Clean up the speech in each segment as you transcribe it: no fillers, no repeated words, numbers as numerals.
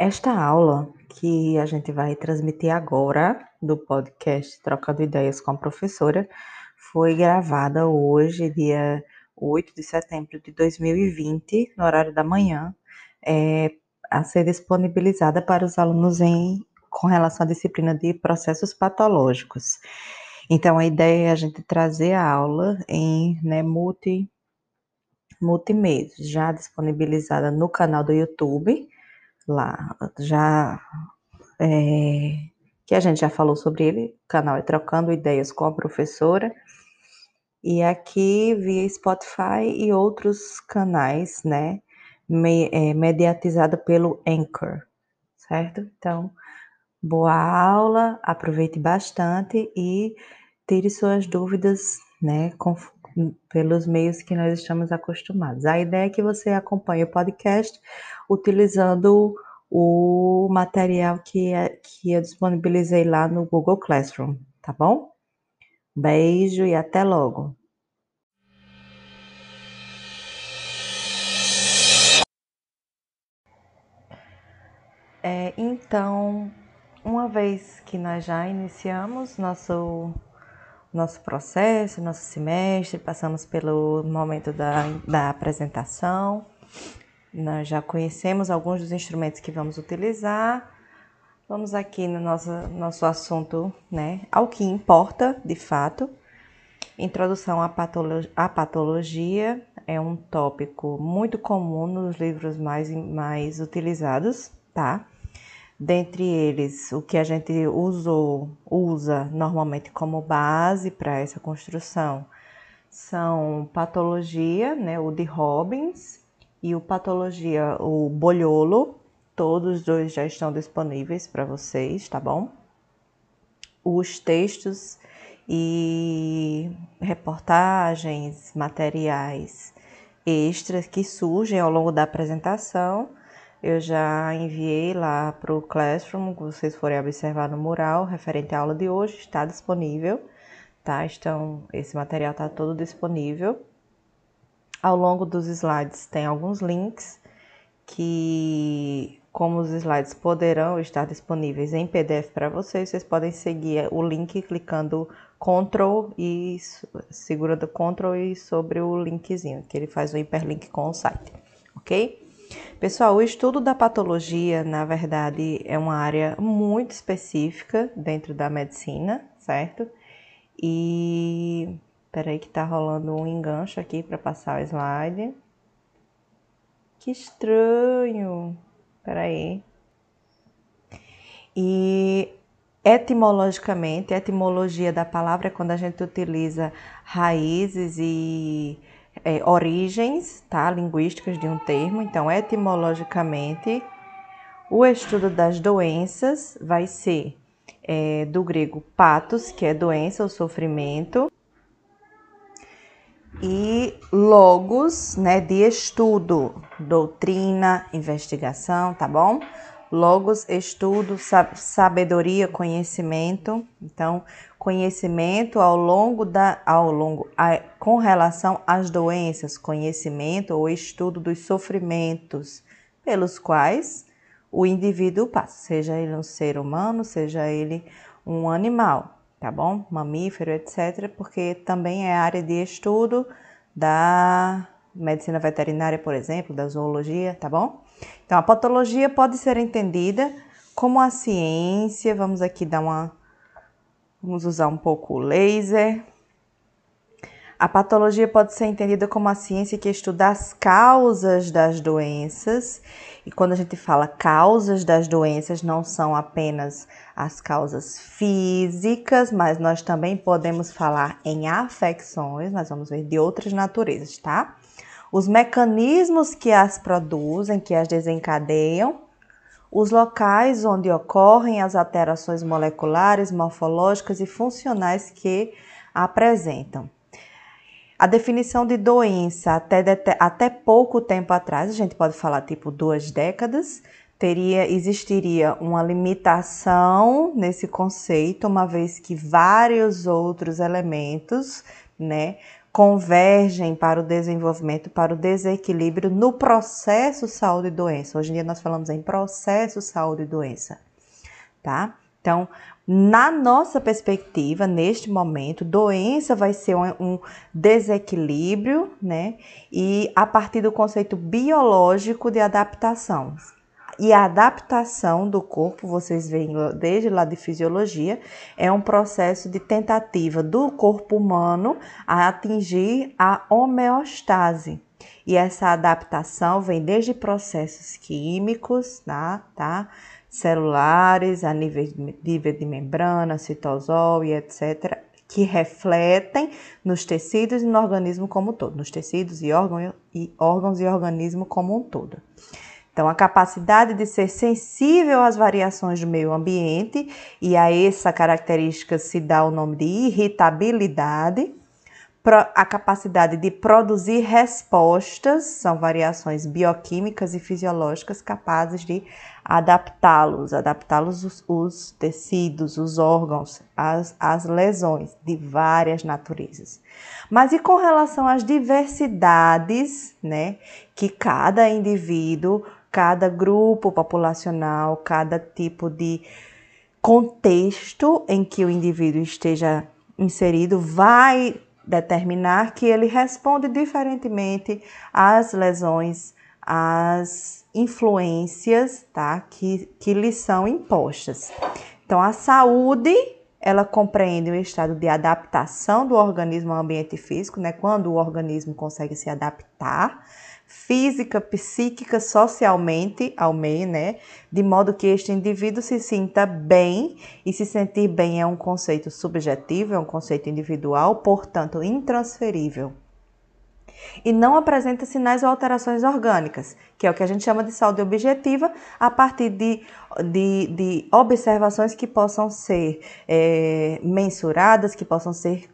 Esta aula que a gente vai transmitir agora do podcast Trocando Ideias com a Professora foi gravada hoje, dia 8 de setembro de 2020, no horário da manhã, a ser disponibilizada para os alunos com relação à disciplina de processos patológicos. Então, a ideia é a gente trazer a aula em multimeios, já disponibilizada no canal do YouTube, lá já que a gente já falou sobre ele, o canal é Trocando Ideias com a Professora, e aqui via Spotify e outros canais, né, mediatizado pelo Anchor, certo? Então, boa aula, aproveite bastante e tire suas dúvidas, né, pelos meios que nós estamos acostumados. A ideia é que você acompanhe o podcast utilizando o material que eu disponibilizei lá no Google Classroom, tá bom? Beijo e até logo! Então, uma vez que nós já iniciamos nosso processo, nosso semestre, passamos pelo momento da apresentação, nós já conhecemos alguns dos instrumentos que vamos utilizar. Vamos aqui no nosso assunto, né, ao que importa de fato. Introdução à patologia é um tópico muito comum nos livros mais utilizados, tá? Dentre eles, o que a gente usa normalmente como base para essa construção são patologia, né, o de Robbins e o patologia, o Bolholo. Todos os dois já estão disponíveis para vocês, tá bom? Os textos e reportagens, materiais extras que surgem ao longo da apresentação, eu já enviei lá para o Classroom, que vocês forem observar no mural, referente à aula de hoje, está disponível, tá? Esse material está todo disponível. Ao longo dos slides tem alguns links que, como os slides poderão estar disponíveis em PDF para vocês, vocês podem seguir o link clicando Ctrl e segurando Ctrl e sobre o linkzinho, que ele faz o hiperlink com o site, ok? Pessoal, o estudo da patologia, na verdade, é uma área muito específica dentro da medicina, certo? E peraí que tá rolando um enganche aqui para passar o slide. Que estranho. Peraí. E etimologicamente, a etimologia da palavra é quando a gente utiliza raízes e origens, tá? Linguísticas de um termo. Então, etimologicamente, o estudo das doenças vai ser do grego pathos, que é doença ou sofrimento, e logos, né, de estudo, doutrina, investigação, tá bom? Logos, estudo, sabedoria, conhecimento. Então, conhecimento com relação às doenças, conhecimento ou estudo dos sofrimentos pelos quais o indivíduo passa, seja ele um ser humano, seja ele um animal, tá bom? Mamífero, etc., porque também é área de estudo da medicina veterinária, por exemplo, da zoologia, tá bom? Então, a patologia pode ser entendida como a ciência, vamos usar um pouco o laser. A patologia pode ser entendida como a ciência que estuda as causas das doenças. E quando a gente fala causas das doenças, não são apenas as causas físicas, mas nós também podemos falar em afecções, nós vamos ver de outras naturezas, tá? Os mecanismos que as produzem, que as desencadeiam, os locais onde ocorrem as alterações moleculares, morfológicas e funcionais que apresentam. A definição de doença, até pouco tempo atrás, a gente pode falar tipo 2 décadas, existiria uma limitação nesse conceito, uma vez que vários outros elementos, né, convergem para o desenvolvimento, para o desequilíbrio no processo saúde e doença. Hoje em dia nós falamos em processo saúde e doença, tá? Então, na nossa perspectiva, neste momento, doença vai ser um desequilíbrio, né? E a partir do conceito biológico de adaptação. E a adaptação do corpo, vocês veem desde lá de fisiologia, é um processo de tentativa do corpo humano a atingir a homeostase. E essa adaptação vem desde processos químicos, tá? Celulares, a nível de membrana, citosol e etc., que refletem nos tecidos e no organismo como um todo, nos tecidos e órgãos e organismo como um todo. Então, a capacidade de ser sensível às variações do meio ambiente, e a essa característica se dá o nome de irritabilidade, a capacidade de produzir respostas, são variações bioquímicas e fisiológicas capazes de adaptá-los os tecidos, os órgãos, as lesões de várias naturezas. Mas e com relação às diversidades, né, que cada indivíduo, cada grupo populacional, cada tipo de contexto em que o indivíduo esteja inserido vai determinar que ele responde diferentemente às lesões, às influências, tá, que lhe são impostas. Então, a saúde, ela compreende o estado de adaptação do organismo ao ambiente físico, né, quando o organismo consegue se adaptar, física, psíquica, socialmente ao meio, né? De modo que este indivíduo se sinta bem, e se sentir bem é um conceito subjetivo, é um conceito individual, portanto intransferível. E não apresenta sinais ou alterações orgânicas, que é o que a gente chama de saúde objetiva, a partir de observações que possam ser mensuradas, que possam ser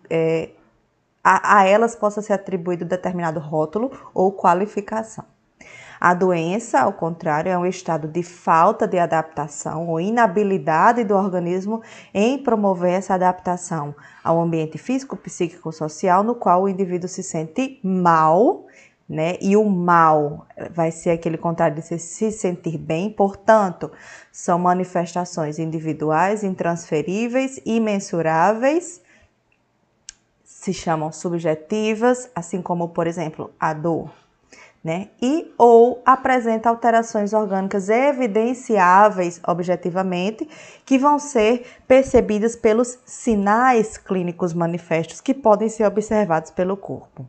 a elas possa ser atribuído determinado rótulo ou qualificação. A doença, ao contrário, é um estado de falta de adaptação ou inabilidade do organismo em promover essa adaptação ao ambiente físico, psíquico, social, no qual o indivíduo se sente mal, né? E o mal vai ser aquele contrário de se sentir bem, portanto, são manifestações individuais, intransferíveis, imensuráveis, se chamam subjetivas, assim como, por exemplo, a dor, né? E ou apresenta alterações orgânicas evidenciáveis objetivamente, que vão ser percebidas pelos sinais clínicos manifestos que podem ser observados pelo corpo.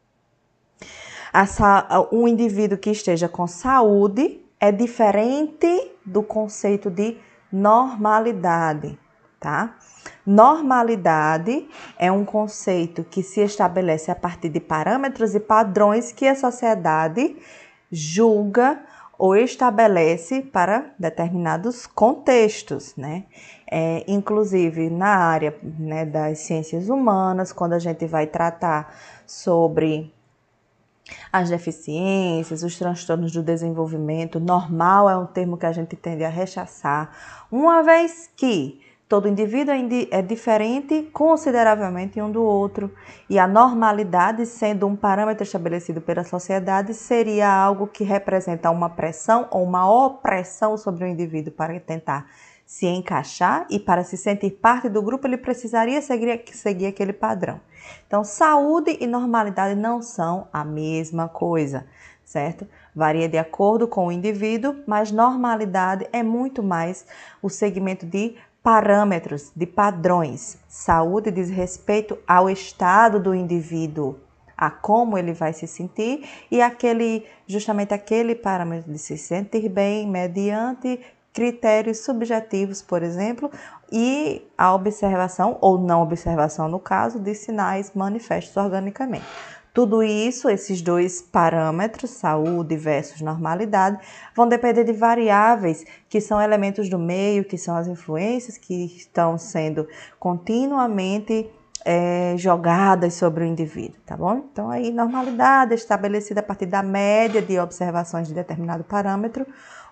Um indivíduo que esteja com saúde é diferente do conceito de normalidade, tá? Normalidade é um conceito que se estabelece a partir de parâmetros e padrões que a sociedade julga ou estabelece para determinados contextos, né? Inclusive na área, né, das ciências humanas, quando a gente vai tratar sobre as deficiências, os transtornos do desenvolvimento, normal é um termo que a gente tende a rechaçar, uma vez que todo indivíduo é diferente consideravelmente um do outro, e a normalidade, sendo um parâmetro estabelecido pela sociedade, seria algo que representa uma pressão ou uma opressão sobre o indivíduo para tentar se encaixar, e para se sentir parte do grupo ele precisaria seguir aquele padrão. Então, saúde e normalidade não são a mesma coisa, certo? Varia de acordo com o indivíduo, mas normalidade é muito mais o segmento de parâmetros, de padrões. Saúde diz respeito ao estado do indivíduo, a como ele vai se sentir, e justamente aquele parâmetro de se sentir bem mediante critérios subjetivos, por exemplo, e a observação ou não observação, no caso, de sinais manifestos organicamente. Tudo isso, esses dois parâmetros, saúde versus normalidade, vão depender de variáveis que são elementos do meio, que são as influências que estão sendo continuamente jogadas sobre o indivíduo, tá bom? Então, aí, normalidade estabelecida a partir da média de observações de determinado parâmetro.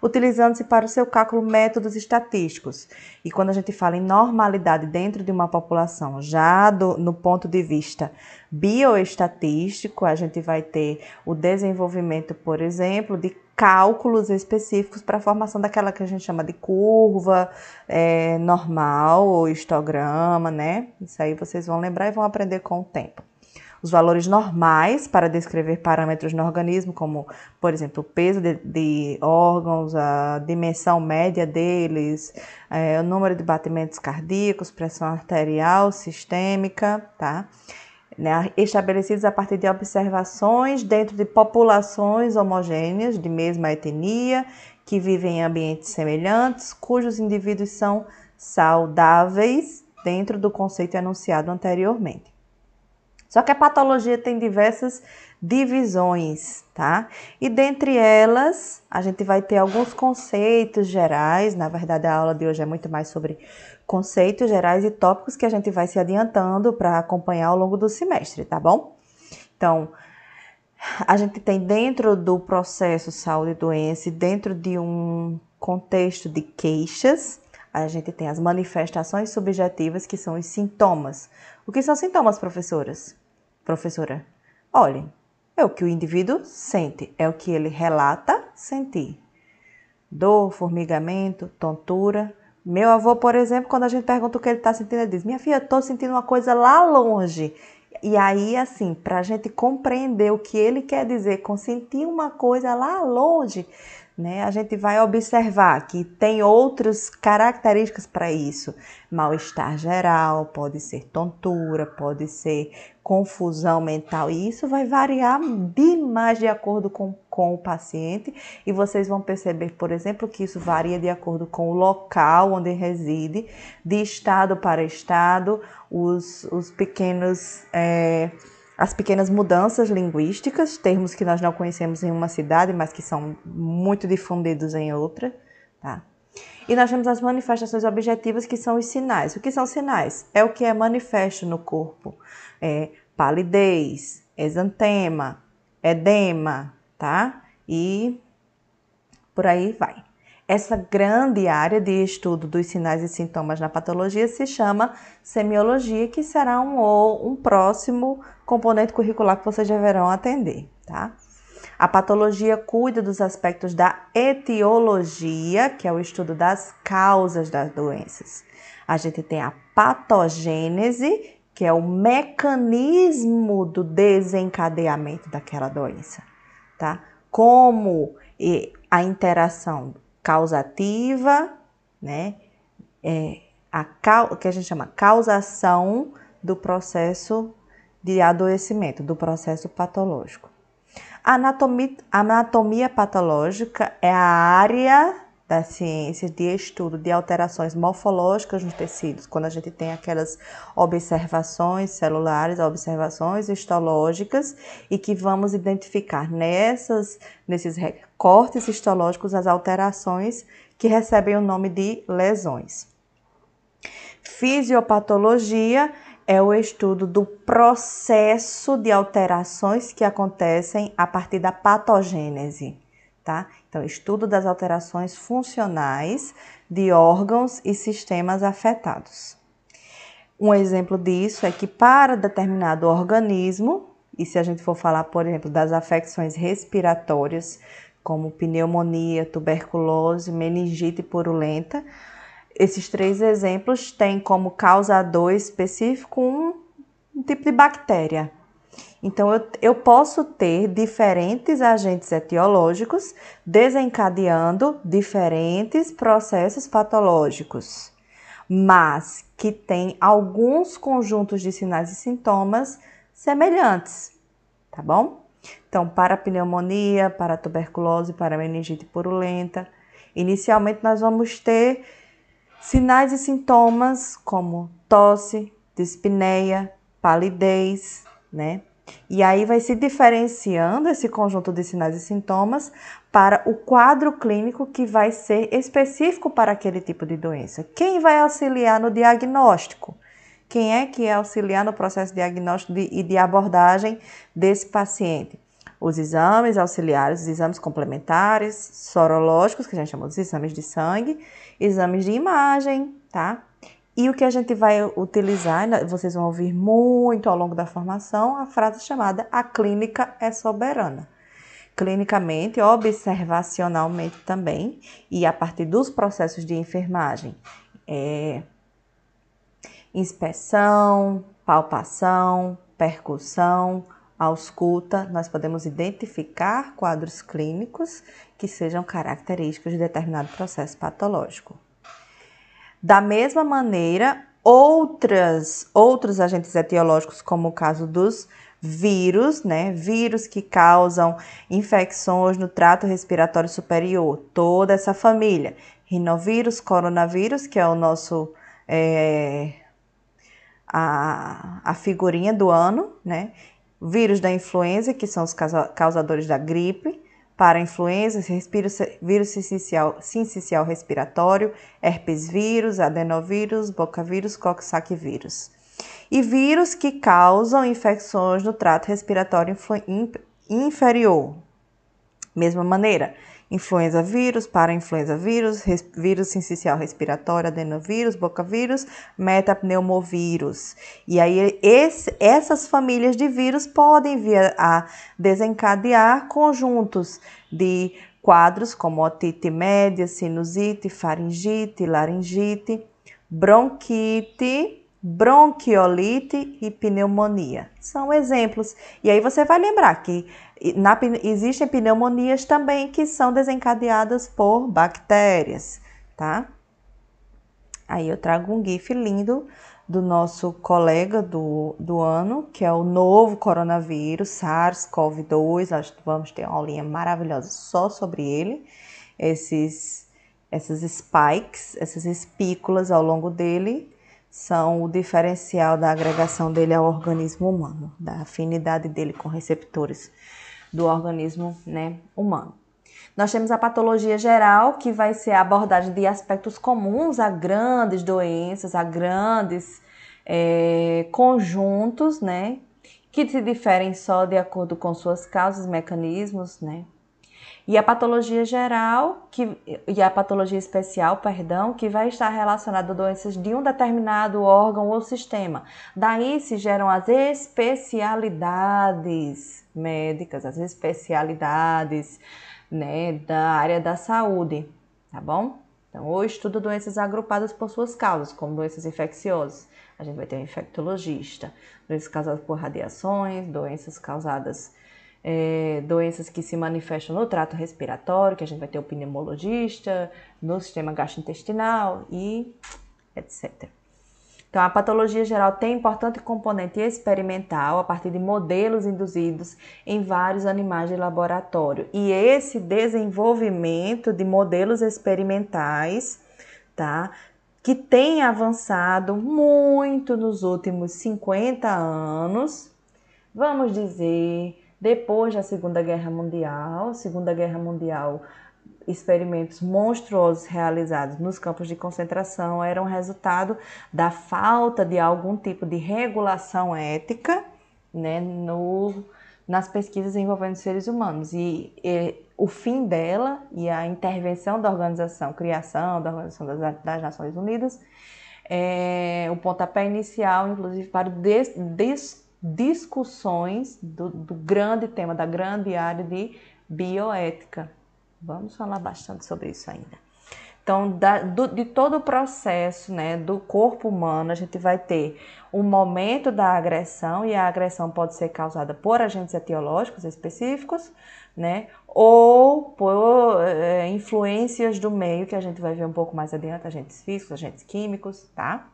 utilizando-se para o seu cálculo métodos estatísticos. E quando a gente fala em normalidade dentro de uma população, já no ponto de vista bioestatístico, a gente vai ter o desenvolvimento, por exemplo, de cálculos específicos para a formação daquela que a gente chama de curva normal ou histograma, né? Isso aí vocês vão lembrar e vão aprender com o tempo. Os valores normais para descrever parâmetros no organismo, como, por exemplo, o peso de órgãos, a dimensão média deles, o número de batimentos cardíacos, pressão arterial, sistêmica, tá? Né? Estabelecidos a partir de observações dentro de populações homogêneas de mesma etnia, que vivem em ambientes semelhantes, cujos indivíduos são saudáveis dentro do conceito enunciado anteriormente. Só que a patologia tem diversas divisões, tá? E dentre elas, a gente vai ter alguns conceitos gerais. Na verdade, a aula de hoje é muito mais sobre conceitos gerais e tópicos que a gente vai se adiantando para acompanhar ao longo do semestre, tá bom? Então, a gente tem dentro do processo saúde e doença, dentro de um contexto de queixas, a gente tem as manifestações subjetivas, que são os sintomas. O que são sintomas, professora? Olhem, é o que o indivíduo sente, é o que ele relata sentir. Dor, formigamento, tontura. Meu avô, por exemplo, quando a gente pergunta o que ele está sentindo, ele diz: minha filha, estou sentindo uma coisa lá longe. E aí, assim, para a gente compreender o que ele quer dizer com sentir uma coisa lá longe, né, a gente vai observar que tem outras características para isso. Mal-estar geral, pode ser tontura, pode ser confusão mental, e isso vai variar demais de acordo com o paciente, e vocês vão perceber, por exemplo, que isso varia de acordo com o local onde reside, de estado para estado, as pequenas mudanças linguísticas, termos que nós não conhecemos em uma cidade, mas que são muito difundidos em outra, tá? E nós temos as manifestações objetivas, que são os sinais. O que são sinais? É o que é manifesto no corpo. Palidez, exantema, edema, tá? E por aí vai. Essa grande área de estudo dos sinais e sintomas na patologia se chama semiologia, que será um próximo componente curricular que vocês deverão atender, tá? A patologia cuida dos aspectos da etiologia, que é o estudo das causas das doenças. A gente tem a patogênese, que é o mecanismo do desencadeamento daquela doença, tá? Como a interação causativa, né? O que a gente chama causação do processo de adoecimento, do processo patológico. A anatomia patológica é a área da ciência de estudo de alterações morfológicas nos tecidos, quando a gente tem aquelas observações celulares, observações histológicas, e que vamos identificar nesses recortes histológicos as alterações que recebem o nome de lesões. Fisiopatologia é o estudo do processo de alterações que acontecem a partir da patogênese, tá? Então, estudo das alterações funcionais de órgãos e sistemas afetados. Um exemplo disso é que para determinado organismo, e se a gente for falar, por exemplo, das afecções respiratórias, como pneumonia, tuberculose, meningite purulenta, esses 3 exemplos têm como causador específico um tipo de bactéria. Então, eu posso ter diferentes agentes etiológicos desencadeando diferentes processos patológicos, mas que têm alguns conjuntos de sinais e sintomas semelhantes, tá bom? Então, para pneumonia, para tuberculose, para meningite purulenta, inicialmente nós vamos ter sinais e sintomas como tosse, dispneia, palidez, né? E aí vai se diferenciando esse conjunto de sinais e sintomas para o quadro clínico que vai ser específico para aquele tipo de doença. Quem vai auxiliar no diagnóstico? Quem é que é auxiliar no processo diagnóstico e de abordagem desse paciente? os exames auxiliares, os exames complementares, sorológicos, que a gente chama de exames de sangue, exames de imagem, tá? E o que a gente vai utilizar, vocês vão ouvir muito ao longo da formação, a frase chamada "a clínica é soberana". Clinicamente, observacionalmente também, e a partir dos processos de enfermagem, inspeção, palpação, percussão, ausculta, nós podemos identificar quadros clínicos que sejam característicos de determinado processo patológico. Da mesma maneira, outros agentes etiológicos, como o caso dos vírus, né? Vírus que causam infecções no trato respiratório superior, toda essa família. Rinovírus, coronavírus, que é o nosso a figurinha do ano, né? Vírus da influenza, que são os causadores da gripe, parainfluenza, vírus sincicial respiratório, herpes vírus, adenovírus, bocavírus, coxsackie-vírus. E vírus que causam infecções no trato respiratório inferior. Mesma maneira, influenza vírus, parainfluenza vírus, vírus sincicial respiratório, adenovírus, bocavírus, metapneumovírus. E aí essas famílias de vírus podem vir a desencadear conjuntos de quadros como otite média, sinusite, faringite, laringite, bronquite, bronquiolite e pneumonia. São exemplos. E aí você vai lembrar que existem pneumonias também que são desencadeadas por bactérias, tá? Aí eu trago um GIF lindo do nosso colega do ano, que é o novo coronavírus, SARS-CoV-2. Nós vamos ter uma aulinha maravilhosa só sobre ele. Essas spikes, essas espículas ao longo dele, são o diferencial da agregação dele ao organismo humano, da afinidade dele com receptores do organismo, né, humano. Nós temos a patologia geral, que vai ser a abordagem de aspectos comuns a grandes doenças, a grandes conjuntos, né, que se diferem só de acordo com suas causas, mecanismos, né. E a patologia geral, e a patologia especial, que vai estar relacionada a doenças de um determinado órgão ou sistema. Daí se geram as especialidades médicas, as especialidades, né, da área da saúde, tá bom? Então, ou estuda doenças agrupadas por suas causas, como doenças infecciosas. A gente vai ter um infectologista, doenças causadas por radiações, doenças que se manifestam no trato respiratório, que a gente vai ter o pneumologista, no sistema gastrointestinal e etc. Então, a patologia geral tem importante componente experimental a partir de modelos induzidos em vários animais de laboratório. E esse desenvolvimento de modelos experimentais, tá, que tem avançado muito nos últimos 50 anos, vamos dizer, depois da Segunda Guerra Mundial, experimentos monstruosos realizados nos campos de concentração eram resultado da falta de algum tipo de regulação ética, né, nas pesquisas envolvendo seres humanos. E o fim dela e a intervenção da criação da Organização das Nações Unidas, o pontapé inicial, inclusive, para discussões do grande tema, da grande área de bioética. Vamos falar bastante sobre isso ainda. Então, de todo o processo, né, do corpo humano, a gente vai ter o momento da agressão, e a agressão pode ser causada por agentes etiológicos específicos, né, ou por influências do meio, que a gente vai ver um pouco mais adiante, agentes físicos, agentes químicos, tá?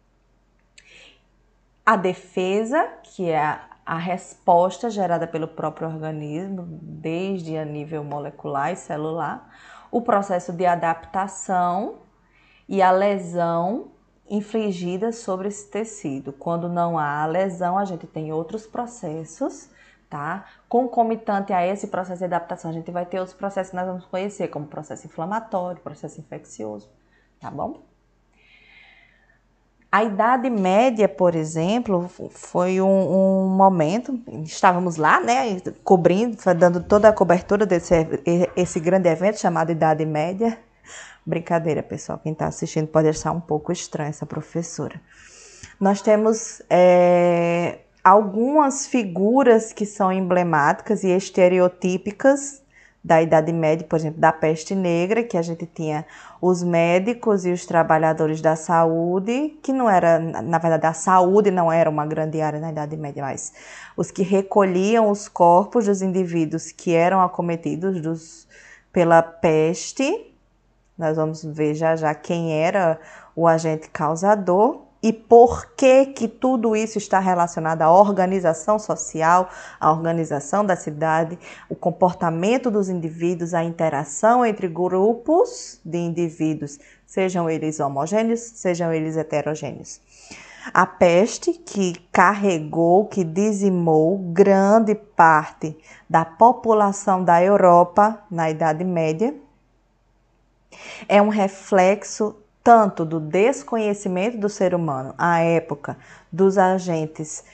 A defesa, que é a resposta gerada pelo próprio organismo, desde a nível molecular e celular, o processo de adaptação e a lesão infligida sobre esse tecido. Quando não há a lesão, a gente tem outros processos, tá? Concomitante a esse processo de adaptação, a gente vai ter outros processos que nós vamos conhecer, como processo inflamatório, processo infeccioso, tá bom? A Idade Média, por exemplo, foi um momento, estávamos lá, né, cobrindo, dando toda a cobertura esse grande evento chamado Idade Média. Brincadeira, pessoal, quem está assistindo pode achar um pouco estranha essa professora. Nós temos algumas figuras que são emblemáticas e estereotípicas da Idade Média, por exemplo, da peste negra, que a gente tinha os médicos e os trabalhadores da saúde, que não era, na verdade, a saúde não era uma grande área na Idade Média, mas os que recolhiam os corpos dos indivíduos que eram acometidos pela peste. Nós vamos ver já já quem era o agente causador. E por que tudo isso está relacionado à organização social, à organização da cidade, o comportamento dos indivíduos, a interação entre grupos de indivíduos, sejam eles homogêneos, sejam eles heterogêneos. A peste que carregou, que dizimou grande parte da população da Europa na Idade Média, é um reflexo tanto do desconhecimento do ser humano à época dos agentes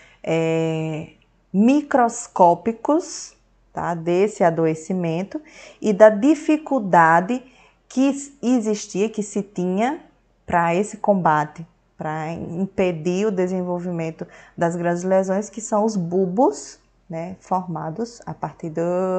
microscópicos, tá, desse adoecimento e da dificuldade que existia, que se tinha para esse combate, para impedir o desenvolvimento das grandes lesões, que são os bulbos, né, formados a partir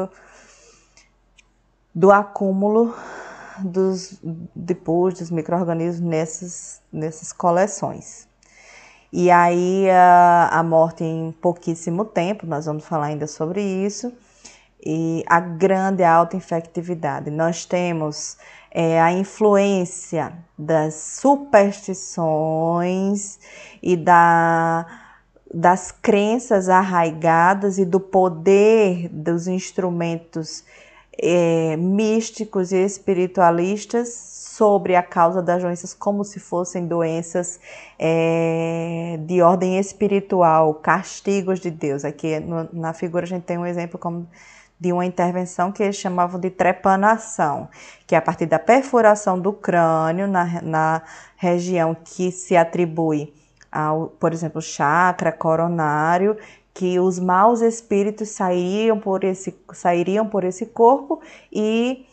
do acúmulo depois dos micro-organismos nessas coleções. E aí a morte em pouquíssimo tempo, nós vamos falar ainda sobre isso, e a grande alta infectividade. Nós temos a influência das superstições e das crenças arraigadas e do poder dos instrumentos místicos e espiritualistas sobre a causa das doenças, como se fossem doenças de ordem espiritual, castigos de Deus. Aqui na figura a gente tem um exemplo de uma intervenção que eles chamavam de trepanação, que é a partir da perfuração do crânio na região que se atribui ao, por exemplo, chakra coronário, que os maus espíritos sairiam por esse corpo e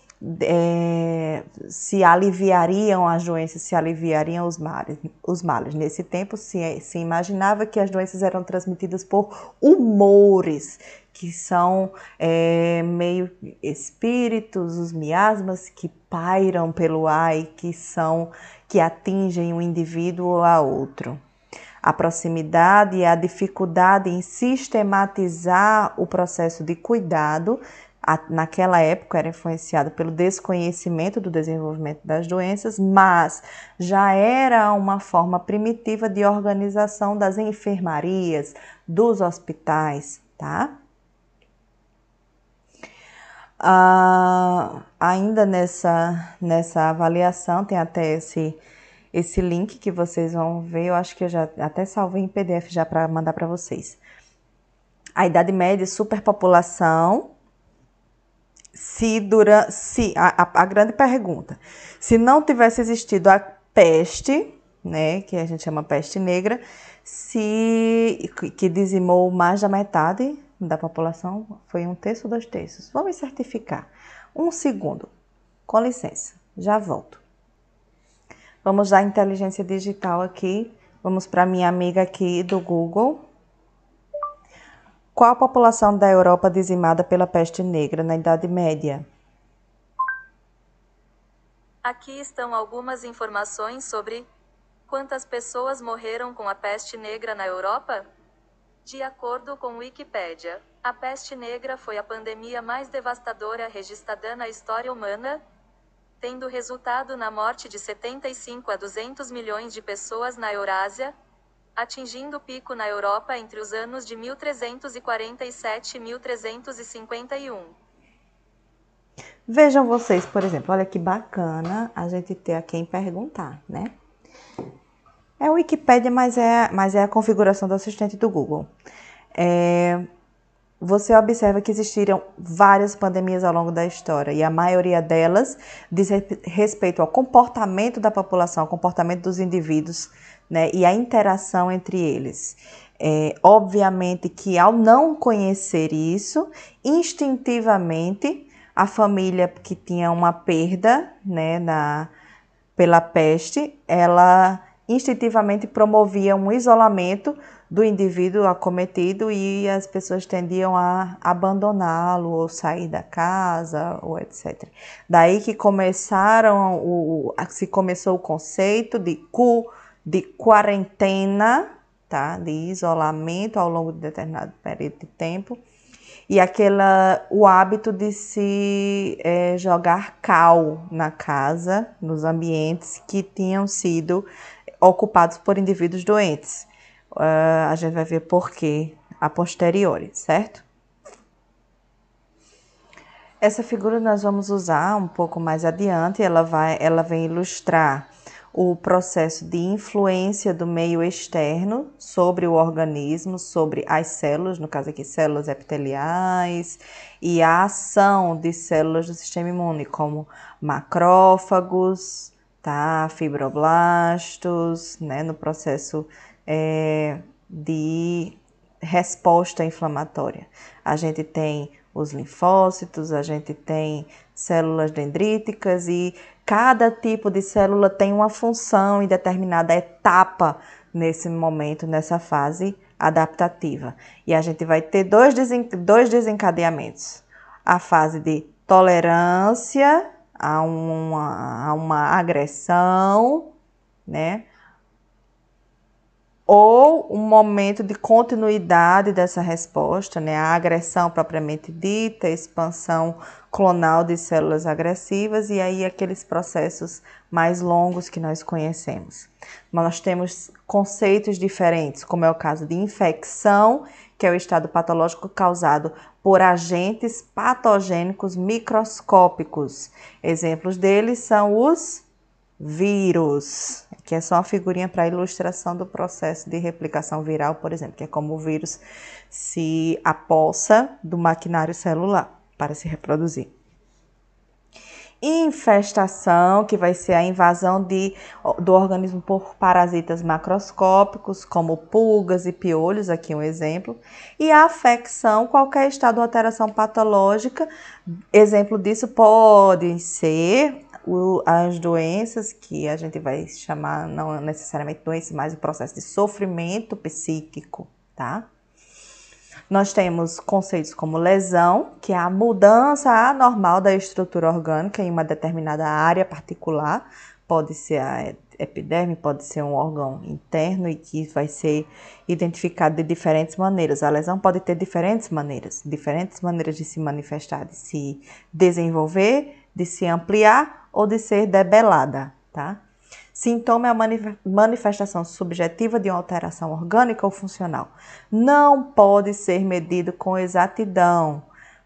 se aliviariam as doenças, se aliviariam os males. Nesse tempo se imaginava que as doenças eram transmitidas por humores, que são meio espíritos, os miasmas que pairam pelo ar e que atingem um indivíduo a outro. A proximidade e a dificuldade em sistematizar o processo de cuidado, naquela época era influenciado pelo desconhecimento do desenvolvimento das doenças, mas já era uma forma primitiva de organização das enfermarias, dos hospitais, tá? Ainda nessa avaliação tem até esse link que vocês vão ver, eu acho que eu já até salvei em PDF já para mandar para vocês. A Idade Média, superpopulação, a grande pergunta, se não tivesse existido a peste, né, que a gente chama peste negra, que dizimou mais da metade da população, foi 1/3 ou 2/3. Vamos certificar. 1 segundo, com licença, já volto. Vamos dar inteligência digital aqui. Vamos para minha amiga aqui do Google. Qual a população da Europa dizimada pela peste negra na Idade Média? Aqui estão algumas informações sobre quantas pessoas morreram com a peste negra na Europa? De acordo com Wikipédia, a peste negra foi a pandemia mais devastadora registrada na história humana, tendo resultado na morte de 75 a 200 milhões de pessoas na Eurásia, atingindo pico na Europa entre os anos de 1347 e 1351. Vejam vocês, por exemplo, olha que bacana a gente ter a quem perguntar, né? É a Wikipédia, mas é a configuração do assistente do Google. Você observa que existiram várias pandemias ao longo da história e a maioria delas diz respeito ao comportamento da população, ao comportamento dos indivíduos, né, e a interação entre eles. Obviamente que ao não conhecer isso, instintivamente, a família que tinha uma perda, né, pela peste, ela instintivamente promovia um isolamento do indivíduo acometido e as pessoas tendiam a abandoná-lo ou sair da casa ou etc. Daí que se começou o conceito de quarentena, tá? De isolamento ao longo de determinado período de tempo. E o hábito de se jogar cal na casa, nos ambientes que tinham sido ocupados por indivíduos doentes. A gente vai ver por quê a posteriori, certo? Essa figura nós vamos usar um pouco mais adiante, ela vem ilustrar o processo de influência do meio externo sobre o organismo, sobre as células, no caso aqui células epiteliais, e a ação de células do sistema imune, como macrófagos, tá? Fibroblastos, né? No processo de resposta inflamatória. A gente tem os linfócitos, a gente tem células dendríticas e cada tipo de célula tem uma função em determinada etapa nesse momento, nessa fase adaptativa. E a gente vai ter dois desencadeamentos. A fase de tolerância a uma agressão, né? Ou um momento de continuidade dessa resposta, né? A agressão propriamente dita, a expansão clonal de células agressivas e aí aqueles processos mais longos que nós conhecemos. Nós temos conceitos diferentes, como é o caso de infecção, que é o estado patológico causado por agentes patogênicos microscópicos. Exemplos deles são os vírus, que é só uma figurinha para ilustração do processo de replicação viral, por exemplo, que é como o vírus se apossa do maquinário celular para se reproduzir. Infestação, que vai ser a invasão do organismo por parasitas macroscópicos, como pulgas e piolhos, aqui um exemplo. E a afecção, qualquer estado de alteração patológica, exemplo disso pode ser as doenças que a gente vai chamar, não necessariamente doença, mas o processo de sofrimento psíquico, tá? Nós temos conceitos como lesão, que é a mudança anormal da estrutura orgânica em uma determinada área particular, pode ser a epiderme, pode ser um órgão interno e que vai ser identificado de diferentes maneiras. A lesão pode ter diferentes maneiras de se manifestar, de se desenvolver, de se ampliar ou de ser debelada, tá? Sintoma é a manifestação subjetiva de uma alteração orgânica ou funcional. Não pode ser medido com exatidão.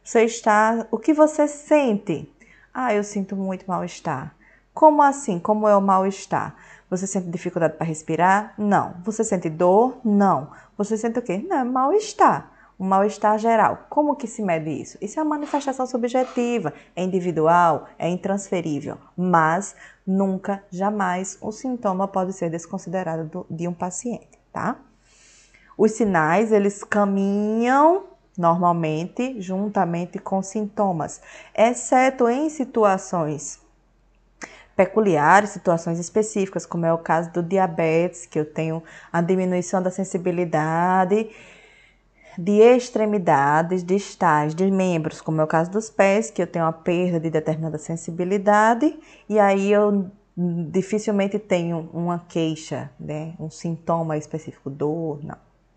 O que você sente? Eu sinto muito mal-estar. Como assim? Como é o mal-estar? Você sente dificuldade para respirar? Não. Você sente dor? Não. Você sente o quê? Não, é mal-estar. Um mal-estar geral. Como que se mede isso? Isso é uma manifestação subjetiva, é individual, é intransferível, mas nunca, jamais, um sintoma pode ser desconsiderado de um paciente, tá? Os sinais, eles caminham normalmente juntamente com sintomas, exceto em situações peculiares, situações específicas, como é o caso do diabetes, que eu tenho a diminuição da sensibilidade de extremidades distais de membros, como é o caso dos pés, que eu tenho uma perda de determinada sensibilidade, e aí eu dificilmente tenho uma queixa, né? Um sintoma específico, dor, não.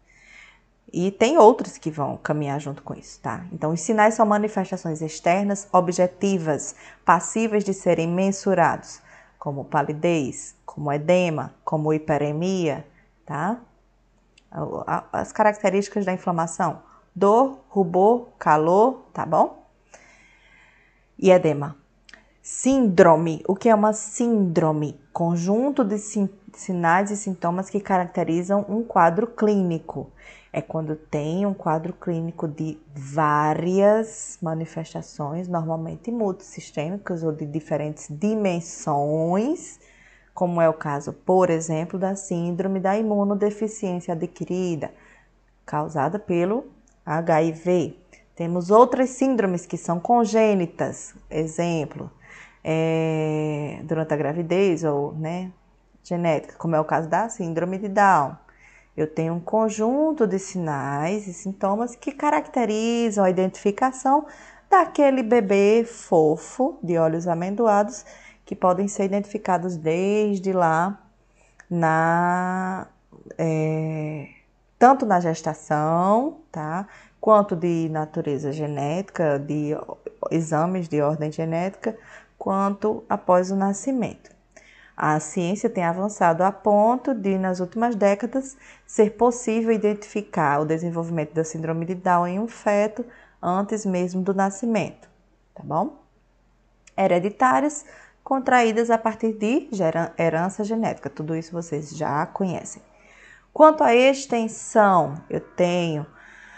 E tem outros que vão caminhar junto com isso, tá? Então, os sinais são manifestações externas, objetivas, passíveis de serem mensurados, como palidez, como edema, como hiperemia, tá? As características da inflamação: dor, rubor, calor, tá bom? E edema. Síndrome. O que é uma síndrome? Conjunto de sinais e sintomas que caracterizam um quadro clínico. É quando tem um quadro clínico de várias manifestações, normalmente multissistêmicas ou de diferentes dimensões, como é o caso, por exemplo, da síndrome da imunodeficiência adquirida, causada pelo HIV. Temos outras síndromes que são congênitas, exemplo, durante a gravidez ou, né, genética, como é o caso da síndrome de Down. Eu tenho um conjunto de sinais e sintomas que caracterizam a identificação daquele bebê fofo, de olhos amendoados, que podem ser identificados desde lá, tanto na gestação, tá? Quanto de natureza genética, de exames de ordem genética, quanto após o nascimento. A ciência tem avançado a ponto de, nas últimas décadas, ser possível identificar o desenvolvimento da síndrome de Down em um feto antes mesmo do nascimento, tá bom? Hereditárias, contraídas a partir de herança genética, tudo isso vocês já conhecem. Quanto à extensão, eu tenho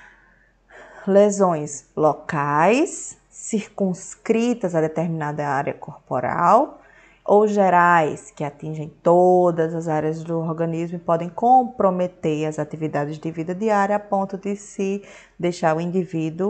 lesões locais, circunscritas a determinada área corporal, ou gerais, que atingem todas as áreas do organismo e podem comprometer as atividades de vida diária a ponto de se deixar o indivíduo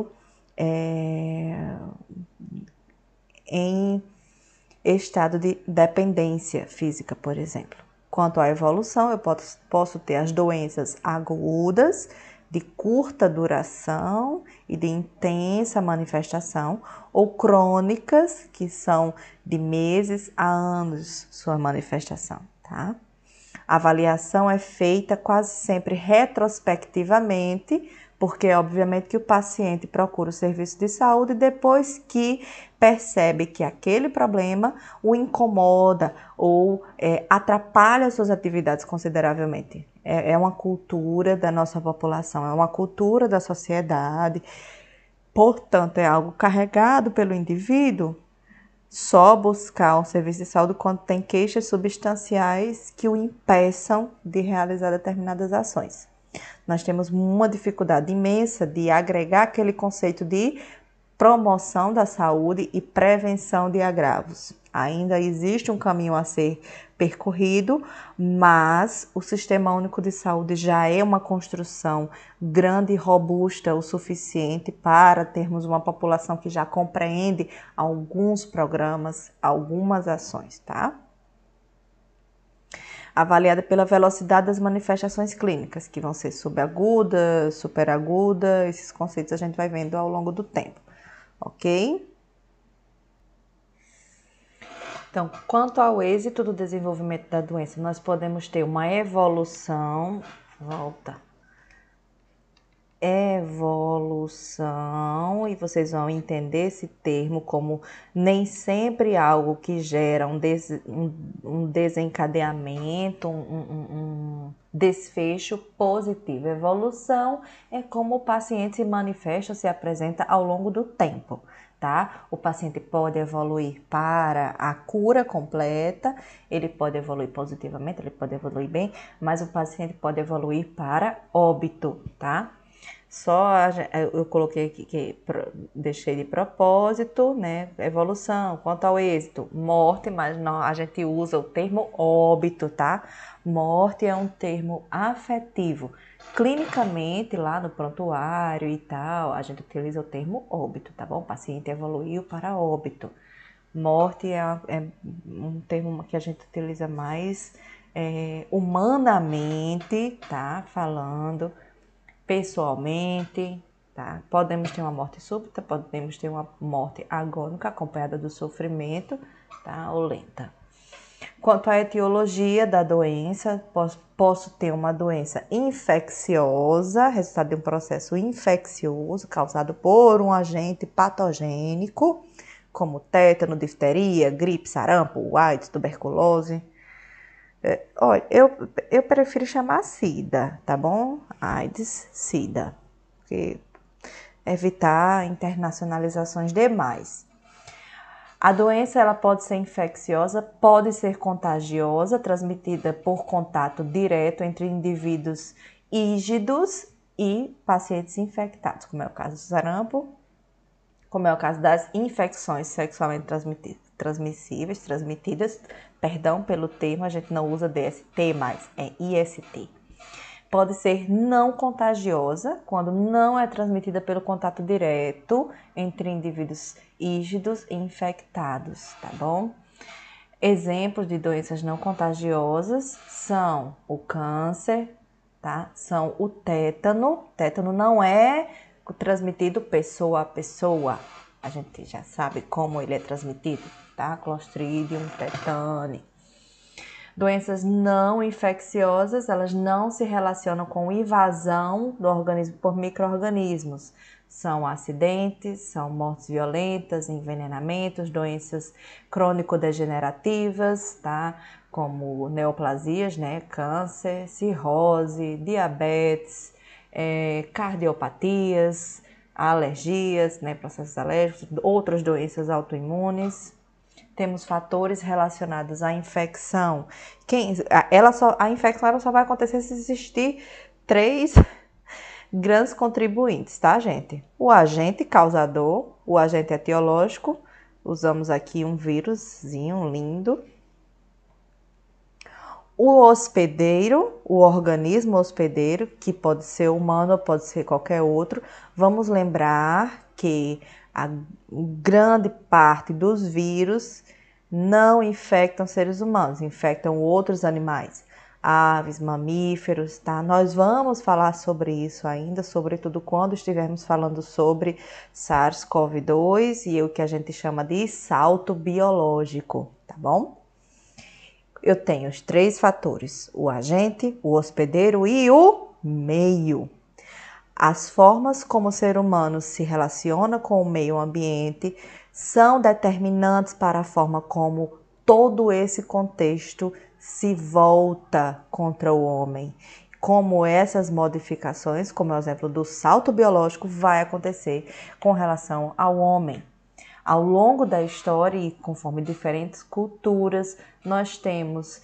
em estado de dependência física, por exemplo. Quanto à evolução, eu posso ter as doenças agudas, de curta duração e de intensa manifestação, ou crônicas, que são de meses a anos sua manifestação, tá? A avaliação é feita quase sempre retrospectivamente, porque obviamente que o paciente procura o serviço de saúde depois que percebe que aquele problema o incomoda ou atrapalha suas atividades consideravelmente. É uma cultura da nossa população, é uma cultura da sociedade, portanto é algo carregado pelo indivíduo. Só buscar um serviço de saúde quando tem queixas substanciais que o impeçam de realizar determinadas ações. Nós temos uma dificuldade imensa de agregar aquele conceito de promoção da saúde e prevenção de agravos. Ainda existe um caminho a ser percorrido, mas o Sistema Único de Saúde já é uma construção grande e robusta o suficiente para termos uma população que já compreende alguns programas, algumas ações, tá? Avaliada pela velocidade das manifestações clínicas, que vão ser subaguda, superaguda, esses conceitos a gente vai vendo ao longo do tempo, ok? Então, quanto ao êxito do desenvolvimento da doença, nós podemos ter uma evolução, e vocês vão entender esse termo como nem sempre algo que gera um desencadeamento, um desfecho positivo. Evolução é como o paciente se manifesta, se apresenta ao longo do tempo, tá? O paciente pode evoluir para a cura completa, ele pode evoluir positivamente, ele pode evoluir bem, mas o paciente pode evoluir para óbito, tá? Eu coloquei aqui que deixei de propósito, né? Evolução, quanto ao êxito, morte, mas não, a gente usa o termo óbito, tá? Morte é um termo afetivo. Clinicamente, lá no prontuário e tal, a gente utiliza o termo óbito, tá bom? O paciente evoluiu para óbito. Morte é um termo que a gente utiliza mais humanamente, tá? Falando pessoalmente, tá? Podemos ter uma morte súbita, podemos ter uma morte agônica acompanhada do sofrimento, tá? Ou lenta. Quanto à etiologia da doença, posso ter uma doença infecciosa, resultado de um processo infeccioso causado por um agente patogênico, como tétano, difteria, gripe, sarampo, AIDS, tuberculose. Olha, eu prefiro chamar SIDA, tá bom? AIDS, SIDA, porque evitar internacionalizações demais. A doença ela pode ser infecciosa, pode ser contagiosa, transmitida por contato direto entre indivíduos ígidos e pacientes infectados, como é o caso do sarampo, como é o caso das infecções sexualmente transmitidas. transmissíveis, transmitidas, perdão pelo termo, a gente não usa DST mais, é IST. Pode ser não contagiosa, quando não é transmitida pelo contato direto entre indivíduos rígidos e infectados, tá bom? Exemplos de doenças não contagiosas são o câncer, tá? São o tétano. Tétano não é transmitido pessoa a pessoa. A gente já sabe como ele é transmitido, tá? Clostridium tetani. Doenças não infecciosas, elas não se relacionam com invasão do organismo por micro-organismos. São acidentes, são mortes violentas, envenenamentos, doenças crônico-degenerativas, tá? Como neoplasias, né? Câncer, cirrose, diabetes, cardiopatias, alergias, né? Processos alérgicos, outras doenças autoimunes. Temos fatores relacionados à infecção. A infecção ela só vai acontecer se existir 3 grandes contribuintes, tá, gente? O agente causador, o agente etiológico, usamos aqui um vírusinho lindo. O hospedeiro, o organismo hospedeiro, que pode ser humano ou pode ser qualquer outro. Vamos lembrar que a grande parte dos vírus não infectam seres humanos, infectam outros animais, aves, mamíferos, tá? Nós vamos falar sobre isso ainda, sobretudo quando estivermos falando sobre SARS-CoV-2 e o que a gente chama de salto biológico, tá bom? Eu tenho os 3 fatores, o agente, o hospedeiro e o meio. As formas como o ser humano se relaciona com o meio ambiente são determinantes para a forma como todo esse contexto se volta contra o homem. Como essas modificações, como é o exemplo do salto biológico, vai acontecer com relação ao homem. Ao longo da história e conforme diferentes culturas, nós temos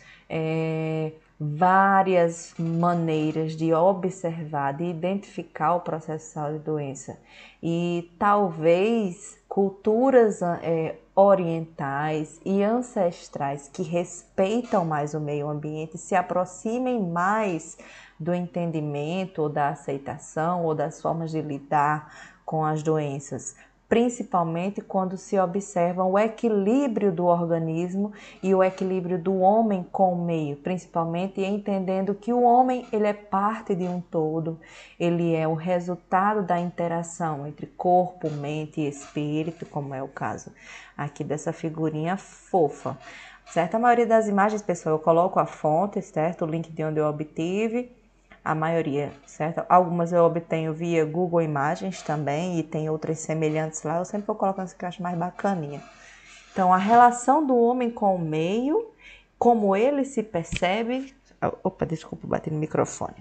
várias maneiras de observar, de identificar o processo de saúde e doença. E talvez culturas orientais e ancestrais que respeitam mais o meio ambiente se aproximem mais do entendimento ou da aceitação ou das formas de lidar com as doenças, principalmente quando se observa o equilíbrio do organismo e o equilíbrio do homem com o meio, principalmente entendendo que o homem ele é parte de um todo, ele é o resultado da interação entre corpo, mente e espírito, como é o caso aqui dessa figurinha fofa. Certo? A maioria das imagens, pessoal, eu coloco a fonte, certo? O link de onde eu obtive. A maioria, certo? Algumas eu obtenho via Google Imagens também e tem outras semelhantes lá. Eu sempre vou colocando essa que eu acho mais bacaninha. Então, a relação do homem com o meio, como ele se percebe... Opa, desculpa, bati no microfone.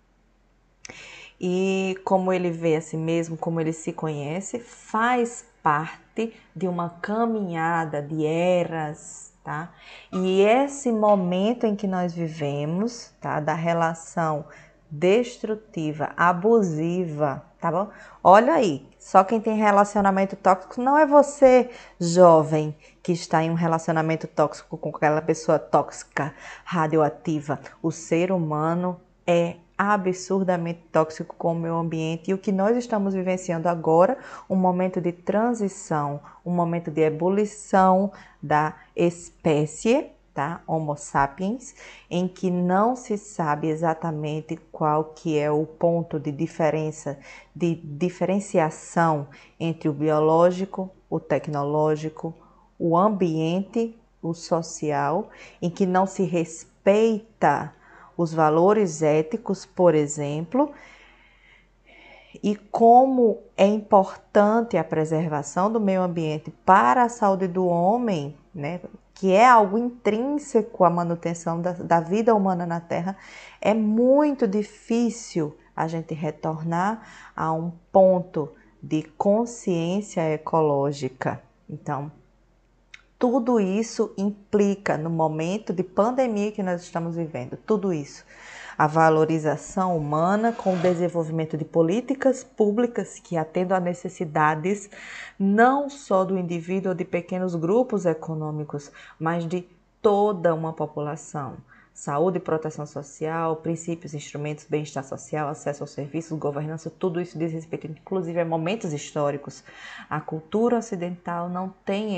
E como ele vê a si mesmo, como ele se conhece, faz parte de uma caminhada de eras, tá? E esse momento em que nós vivemos, tá? Da relação destrutiva, abusiva, tá bom? Olha aí, só quem tem relacionamento tóxico não é você, jovem, que está em um relacionamento tóxico com aquela pessoa tóxica, radioativa. O ser humano é absurdamente tóxico com o meio ambiente e o que nós estamos vivenciando agora, um momento de transição, um momento de ebulição da espécie, tá? Homo sapiens, em que não se sabe exatamente qual que é o ponto de diferença, de diferenciação entre o biológico, o tecnológico, o ambiente, o social, em que não se respeita os valores éticos, por exemplo, e como é importante a preservação do meio ambiente para a saúde do homem, né, que é algo intrínseco à manutenção da vida humana na Terra, é muito difícil a gente retornar a um ponto de consciência ecológica. Então, tudo isso implica no momento de pandemia que nós estamos vivendo, tudo isso. a valorização humana com o desenvolvimento de políticas públicas que atendam a necessidades não só do indivíduo ou de pequenos grupos econômicos, mas de toda uma população. Saúde e proteção social, princípios, instrumentos, bem-estar social, acesso aos serviços, governança, tudo isso diz respeito, inclusive, a momentos históricos. A cultura ocidental não tem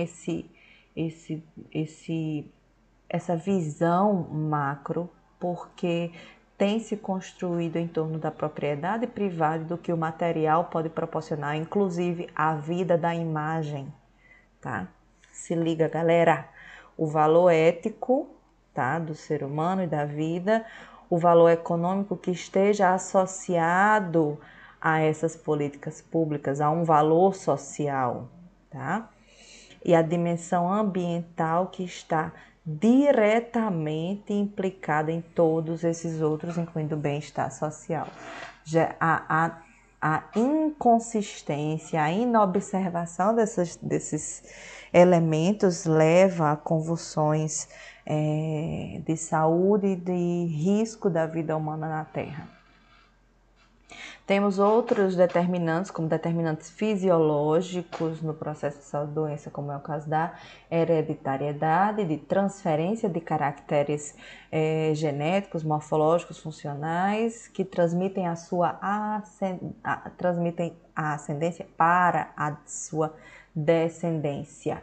essa visão macro, porque tem se construído em torno da propriedade privada do que o material pode proporcionar, inclusive a vida da imagem, tá? Se liga, galera, o valor ético, tá, do ser humano e da vida, o valor econômico que esteja associado a essas políticas públicas, a um valor social, tá? E a dimensão ambiental que está diretamente implicada em todos esses outros, incluindo o bem-estar social. Já a inconsistência, a inobservação desses elementos leva a convulsões de saúde e de risco da vida humana na Terra. Temos outros determinantes, como determinantes fisiológicos no processo de saúde e doença, como é o caso da hereditariedade, de transferência de caracteres genéticos, morfológicos, funcionais, que transmitem transmitem a ascendência para a sua descendência.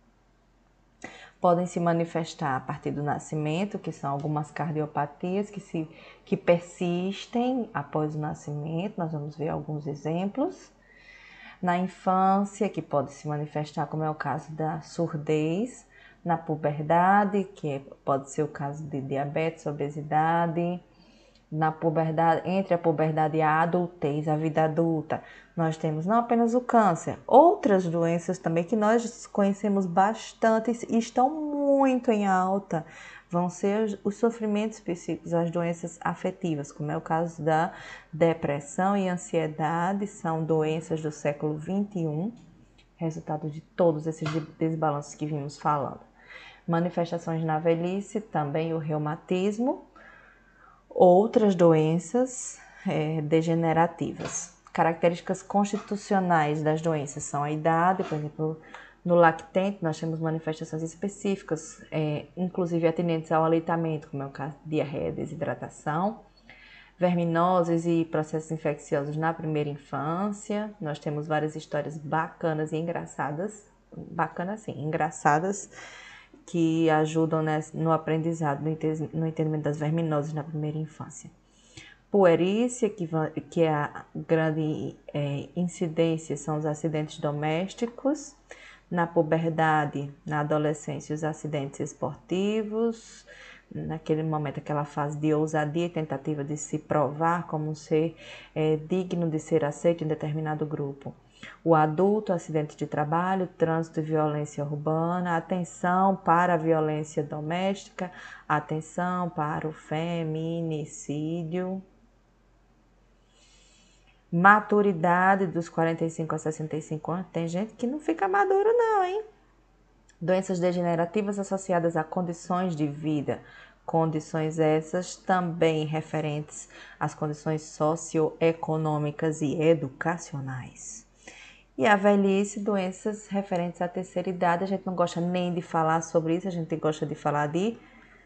Podem se manifestar a partir do nascimento, que são algumas cardiopatias que persistem após o nascimento, nós vamos ver alguns exemplos. Na infância, que pode se manifestar, como é o caso da surdez. Na puberdade, pode ser o caso de diabetes, obesidade. Na puberdade, entre a puberdade e a adultez, a vida adulta, nós temos não apenas o câncer, outras doenças também que nós conhecemos bastante e estão muito em alta, vão ser os sofrimentos psíquicos, as doenças afetivas, como é o caso da depressão e ansiedade, são doenças do século XXI, resultado de todos esses desbalanços que vimos falando. Manifestações na velhice, também o reumatismo, outras doenças degenerativas. Características constitucionais das doenças são a idade, por exemplo, no lactente nós temos manifestações específicas, inclusive atendentes ao aleitamento, como é o caso de diarreia, desidratação, verminoses e processos infecciosos na primeira infância. Nós temos várias histórias bacanas e engraçadas, engraçadas, que ajudam no aprendizado, no entendimento das verminoses na primeira infância. Puerícia, que é a grande incidência, são os acidentes domésticos. Na puberdade, na adolescência, os acidentes esportivos. Naquele momento, aquela fase de ousadia e tentativa de se provar como um ser digno de ser aceito em determinado grupo. O adulto, acidente de trabalho, trânsito e violência urbana, atenção para a violência doméstica, atenção para o feminicídio. Maturidade dos 45 a 65 anos, tem gente que não fica maduro não, hein? Doenças degenerativas associadas a condições de vida, condições essas também referentes às condições socioeconômicas e educacionais. E a velhice, doenças referentes à terceira idade, a gente não gosta nem de falar sobre isso, a gente gosta de falar de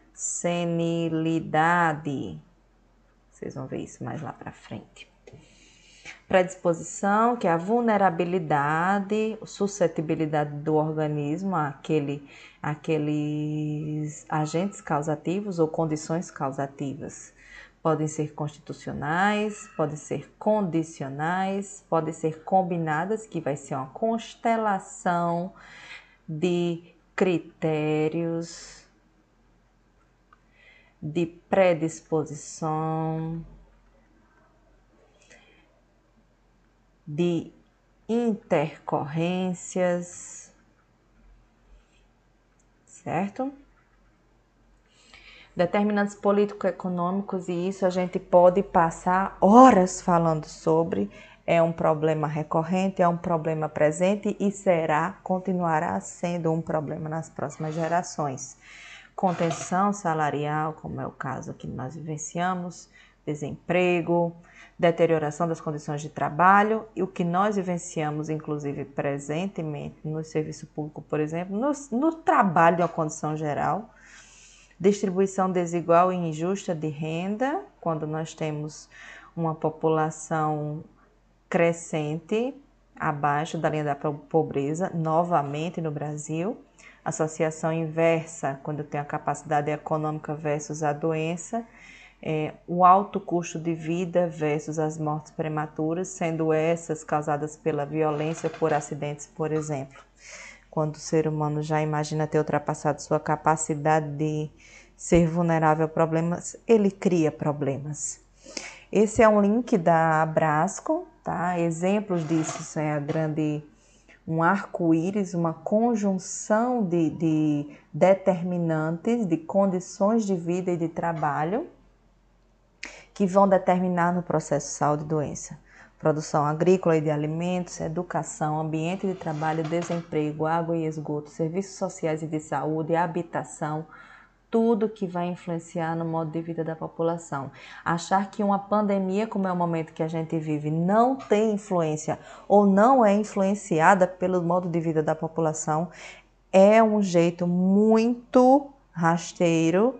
senilidade. Vocês vão ver isso mais lá para frente. Predisposição, que é a vulnerabilidade, suscetibilidade do organismo àqueles agentes causativos ou condições causativas. Podem ser constitucionais, podem ser condicionais, podem ser combinadas, que vai ser uma constelação de critérios, de predisposição, de intercorrências, certo? Determinantes político-econômicos, e isso a gente pode passar horas falando sobre, é um problema recorrente, é um problema presente e continuará sendo um problema nas próximas gerações. contenção salarial, como é o caso que nós vivenciamos, desemprego, deterioração das condições de trabalho, e o que nós vivenciamos, inclusive, presentemente no serviço público, por exemplo, no trabalho de uma condição geral, distribuição desigual e injusta de renda, quando nós temos uma população crescente abaixo da linha da pobreza, novamente no Brasil, associação inversa, quando eu tenho a capacidade econômica versus a doença, o alto custo de vida versus as mortes prematuras, sendo essas causadas pela violência por acidentes, por exemplo. Quando o ser humano já imagina ter ultrapassado sua capacidade de ser vulnerável a problemas, ele cria problemas. Esse é um link da Abrasco, tá? Exemplos disso é um arco-íris, uma conjunção de determinantes, de condições de vida e de trabalho que vão determinar no processo de saúde e doença. Produção agrícola e de alimentos, educação, ambiente de trabalho, desemprego, água e esgoto, serviços sociais e de saúde, habitação, tudo que vai influenciar no modo de vida da população. Achar que uma pandemia, como é o momento que a gente vive, não tem influência ou não é influenciada pelo modo de vida da população é um jeito muito rasteiro,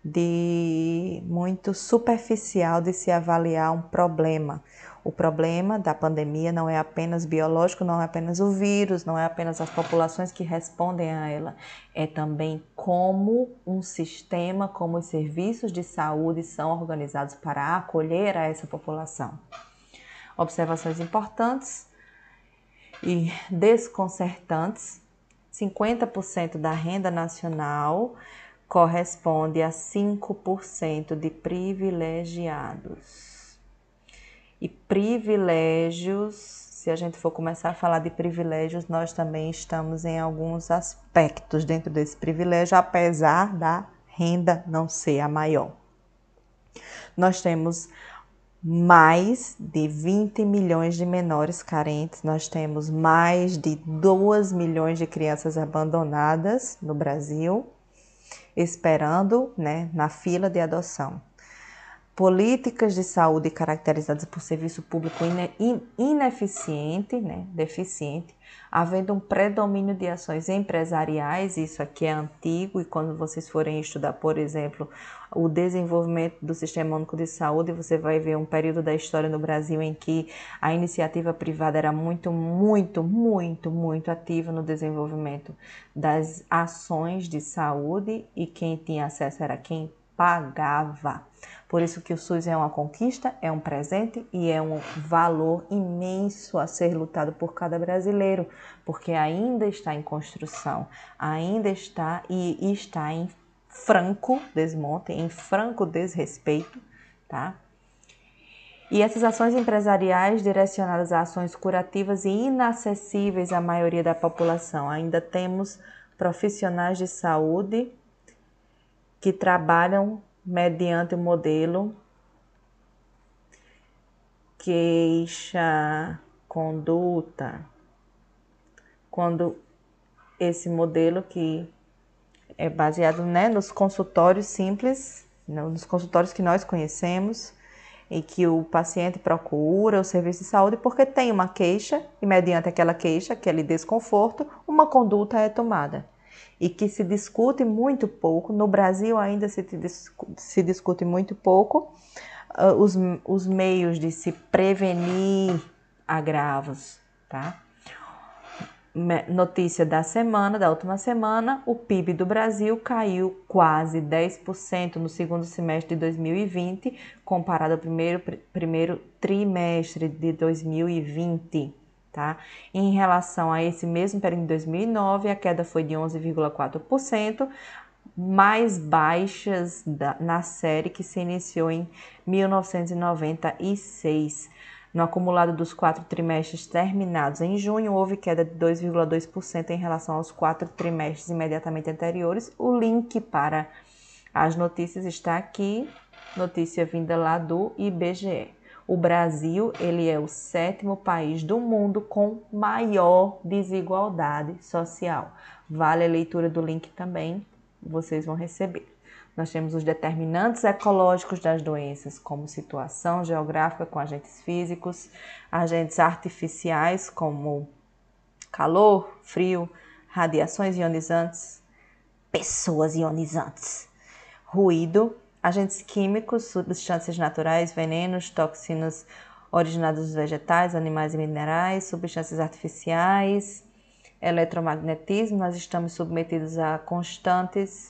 muito superficial de se avaliar um problema. O problema da pandemia não é apenas biológico, não é apenas o vírus, não é apenas as populações que respondem a ela, é também como um sistema, como os serviços de saúde são organizados para acolher a essa população. Observações importantes e desconcertantes: 50% da renda nacional corresponde a 5% de privilegiados. E privilégios, se a gente for começar a falar de privilégios, nós também estamos em alguns aspectos dentro desse privilégio, apesar da renda não ser a maior. Nós temos mais de 20 milhões de menores carentes, nós temos mais de 2 milhões de crianças abandonadas no Brasil, esperando, na fila de adoção. Políticas de saúde caracterizadas por serviço público ineficiente, deficiente, havendo um predomínio de ações empresariais, isso aqui é antigo, e quando vocês forem estudar, por exemplo, o desenvolvimento do Sistema Único de Saúde, você vai ver um período da história no Brasil em que a iniciativa privada era muito ativa no desenvolvimento das ações de saúde, e quem tinha acesso era quem pagava. Por isso que o SUS é uma conquista, é um presente e é um valor imenso a ser lutado por cada brasileiro, porque ainda está em construção, ainda está em franco desmonte, em franco desrespeito, tá? E essas ações empresariais direcionadas a ações curativas e inacessíveis à maioria da população. Ainda temos profissionais de saúde que trabalham mediante o modelo queixa, conduta, quando esse modelo que é baseado nos consultórios simples, nos consultórios que nós conhecemos, e que o paciente procura o serviço de saúde porque tem uma queixa, e mediante aquela queixa, aquele desconforto, uma conduta é tomada. E que se discute muito pouco, no Brasil ainda se discute muito pouco os meios de se prevenir agravos, tá? Notícia da última semana, o PIB do Brasil caiu quase 10% no segundo semestre de 2020, comparado ao primeiro trimestre de 2020. Tá? Em relação a esse mesmo período de 2009, a queda foi de 11,4%, mais baixas na série que se iniciou em 1996. No acumulado dos 4 trimestres terminados em junho, houve queda de 2,2% em relação aos 4 trimestres imediatamente anteriores. O link para as notícias está aqui, notícia vinda lá do IBGE. O Brasil, ele é o 7º país do mundo com maior desigualdade social. Vale a leitura do link também, vocês vão receber. Nós temos os determinantes ecológicos das doenças, como situação geográfica com agentes físicos, agentes artificiais como calor, frio, radiações ionizantes, pessoas ionizantes, ruído, agentes químicos, substâncias naturais, venenos, toxinas originadas dos vegetais, animais e minerais, substâncias artificiais, eletromagnetismo. Nós estamos submetidos a constantes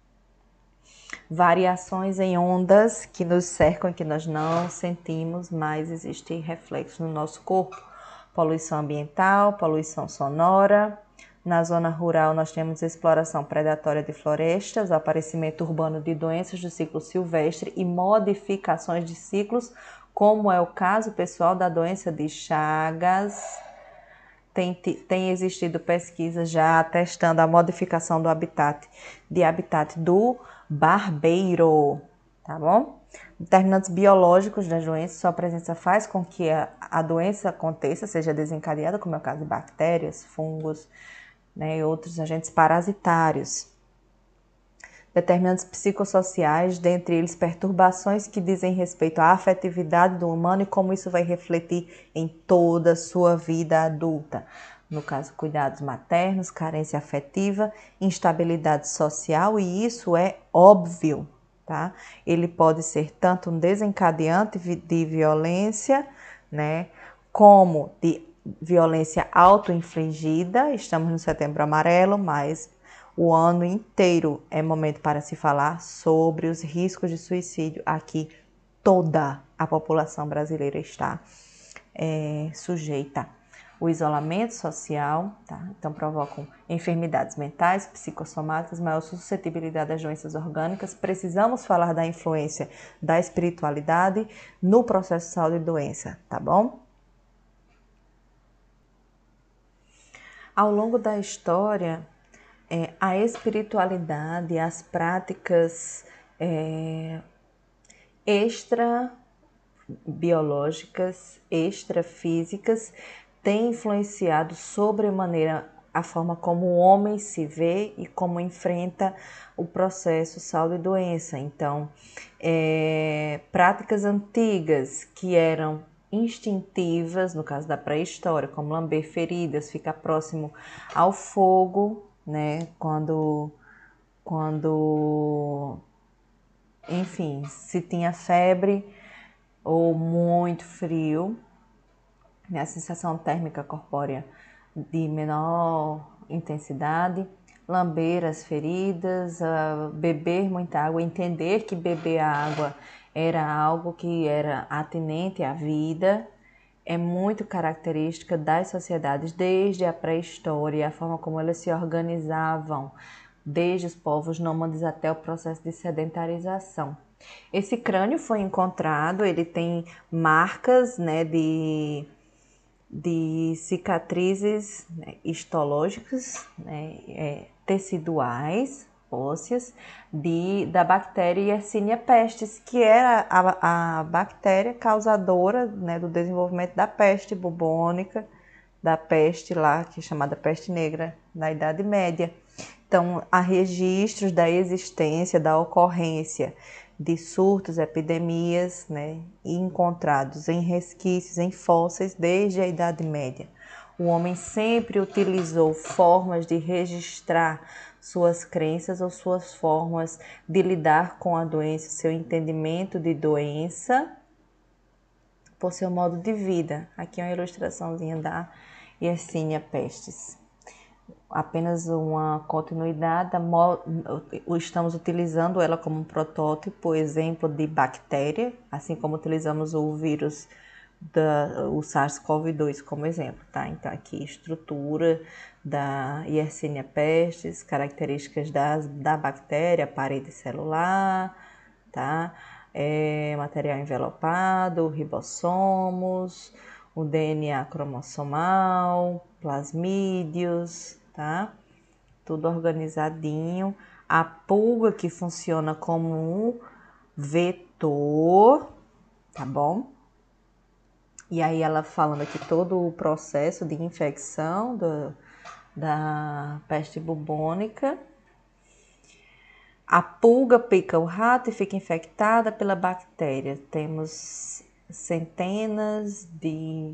variações em ondas que nos cercam e que nós não sentimos, mas existe reflexo no nosso corpo. Poluição ambiental, poluição sonora. Na zona rural nós temos exploração predatória de florestas, o aparecimento urbano de doenças do ciclo silvestre e modificações de ciclos, como é o caso, pessoal, da doença de Chagas. Tem existido pesquisas já testando a modificação do habitat do barbeiro, tá bom? Determinantes biológicos das doenças, sua presença faz com que a doença aconteça, seja desencadeada, como é o caso de bactérias, fungos, né, e outros agentes parasitários. Determinantes psicossociais, dentre eles perturbações que dizem respeito à afetividade do humano e como isso vai refletir em toda a sua vida adulta. No caso, cuidados maternos, carência afetiva, instabilidade social, e isso é óbvio, tá? Ele pode ser tanto um desencadeante de violência, né, como de violência auto-infligida. Estamos no Setembro Amarelo, mas o ano inteiro é momento para se falar sobre os riscos de suicídio. Aqui toda a população brasileira está sujeita. O isolamento social, tá? Então provocam enfermidades mentais, psicossomáticas, maior suscetibilidade às doenças orgânicas. Precisamos falar da influência da espiritualidade no processo de saúde e doença, tá bom? Ao longo da história, a espiritualidade, as práticas extra-biológicas, extrafísicas, têm influenciado sobremaneira a forma como o homem se vê e como enfrenta o processo saúde e doença. Então, práticas antigas que eram instintivas, no caso da pré-história, como lamber feridas, ficar próximo ao fogo, né, quando enfim, se tinha febre ou muito frio, né, a sensação térmica corpórea de menor intensidade, lamber as feridas, beber muita água, entender que beber água era algo que era atinente à vida, é muito característica das sociedades desde a pré-história, a forma como elas se organizavam, desde os povos nômades até o processo de sedentarização. Esse crânio foi encontrado, ele tem marcas, né, de cicatrizes, né, histológicas, né, teciduais, ósseas, da bactéria Yersinia pestis, que era a bactéria causadora, né, do desenvolvimento da peste bubônica, da peste lá, que é chamada peste negra, na Idade Média. Então, há registros da existência, da ocorrência de surtos, epidemias, né, encontrados em resquícios, em fósseis, desde a Idade Média. O homem sempre utilizou formas de registrar suas crenças ou suas formas de lidar com a doença, seu entendimento de doença, por seu modo de vida. Aqui é uma ilustraçãozinha da Yersinia pestis. Apenas uma continuidade, estamos utilizando ela como um protótipo, exemplo de bactéria, assim como utilizamos o vírus, o SARS-CoV-2 como exemplo, tá? Então aqui estrutura da Yersinia pestis, características da bactéria, parede celular, tá? Material envelopado, ribossomos, o DNA cromossomal, plasmídios, tá? Tudo organizadinho. A pulga que funciona como um vetor, tá bom? E aí ela falando aqui todo o processo de infecção da peste bubônica. A pulga pica o rato e fica infectada pela bactéria. Temos centenas de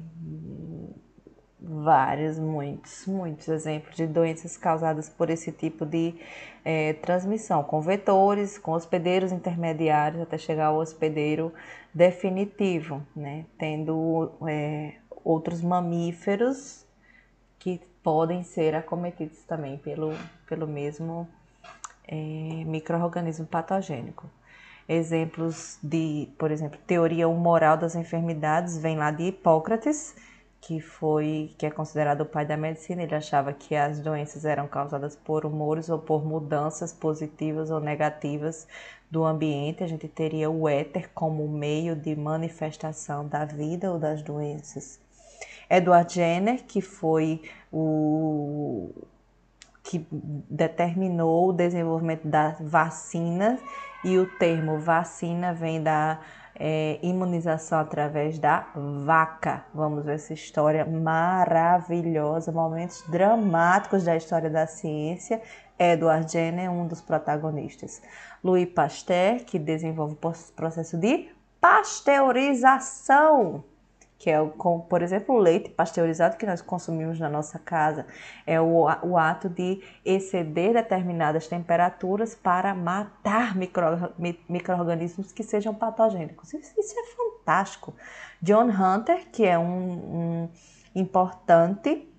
vários, muitos exemplos de doenças causadas por esse tipo de transmissão, com vetores, com hospedeiros intermediários até chegar ao hospedeiro definitivo, né? Tendo outros mamíferos que podem ser acometidos também pelo mesmo micro-organismo patogênico. Exemplos de, por exemplo, teoria humoral das enfermidades vem lá de Hipócrates, que é considerado o pai da medicina. Ele achava que as doenças eram causadas por humores ou por mudanças positivas ou negativas do ambiente. A gente teria o éter como meio de manifestação da vida ou das doenças. Edward Jenner, que foi o que determinou o desenvolvimento da vacina, e o termo vacina vem da imunização através da vaca. Vamos ver essa história maravilhosa, momentos dramáticos da história da ciência. Edward Jenner é um dos protagonistas. Louis Pasteur, que desenvolve o processo de pasteurização, que é, por exemplo, o leite pasteurizado que nós consumimos na nossa casa. É o ato de exceder determinadas temperaturas para matar micro-organismos que sejam patogênicos. Isso é fantástico. John Hunter, que é um importante,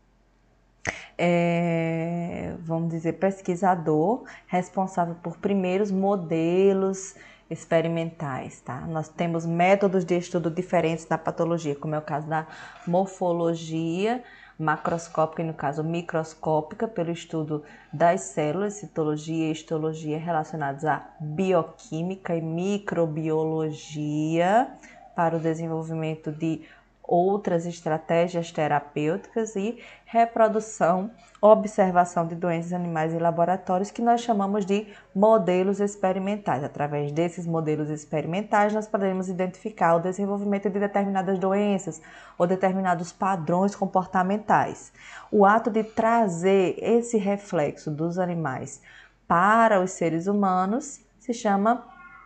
vamos dizer, pesquisador, responsável por primeiros modelos experimentais, tá? Nós temos métodos de estudo diferentes da patologia, como é o caso da morfologia macroscópica e, no caso, microscópica, pelo estudo das células, citologia e histologia relacionados à bioquímica e microbiologia, para o desenvolvimento de outras estratégias terapêuticas e reprodução, observação de doenças animais em laboratórios, que nós chamamos de modelos experimentais. Através desses modelos experimentais, nós podemos identificar o desenvolvimento de determinadas doenças ou determinados padrões comportamentais. O ato de trazer esse reflexo dos animais para os seres humanos se chama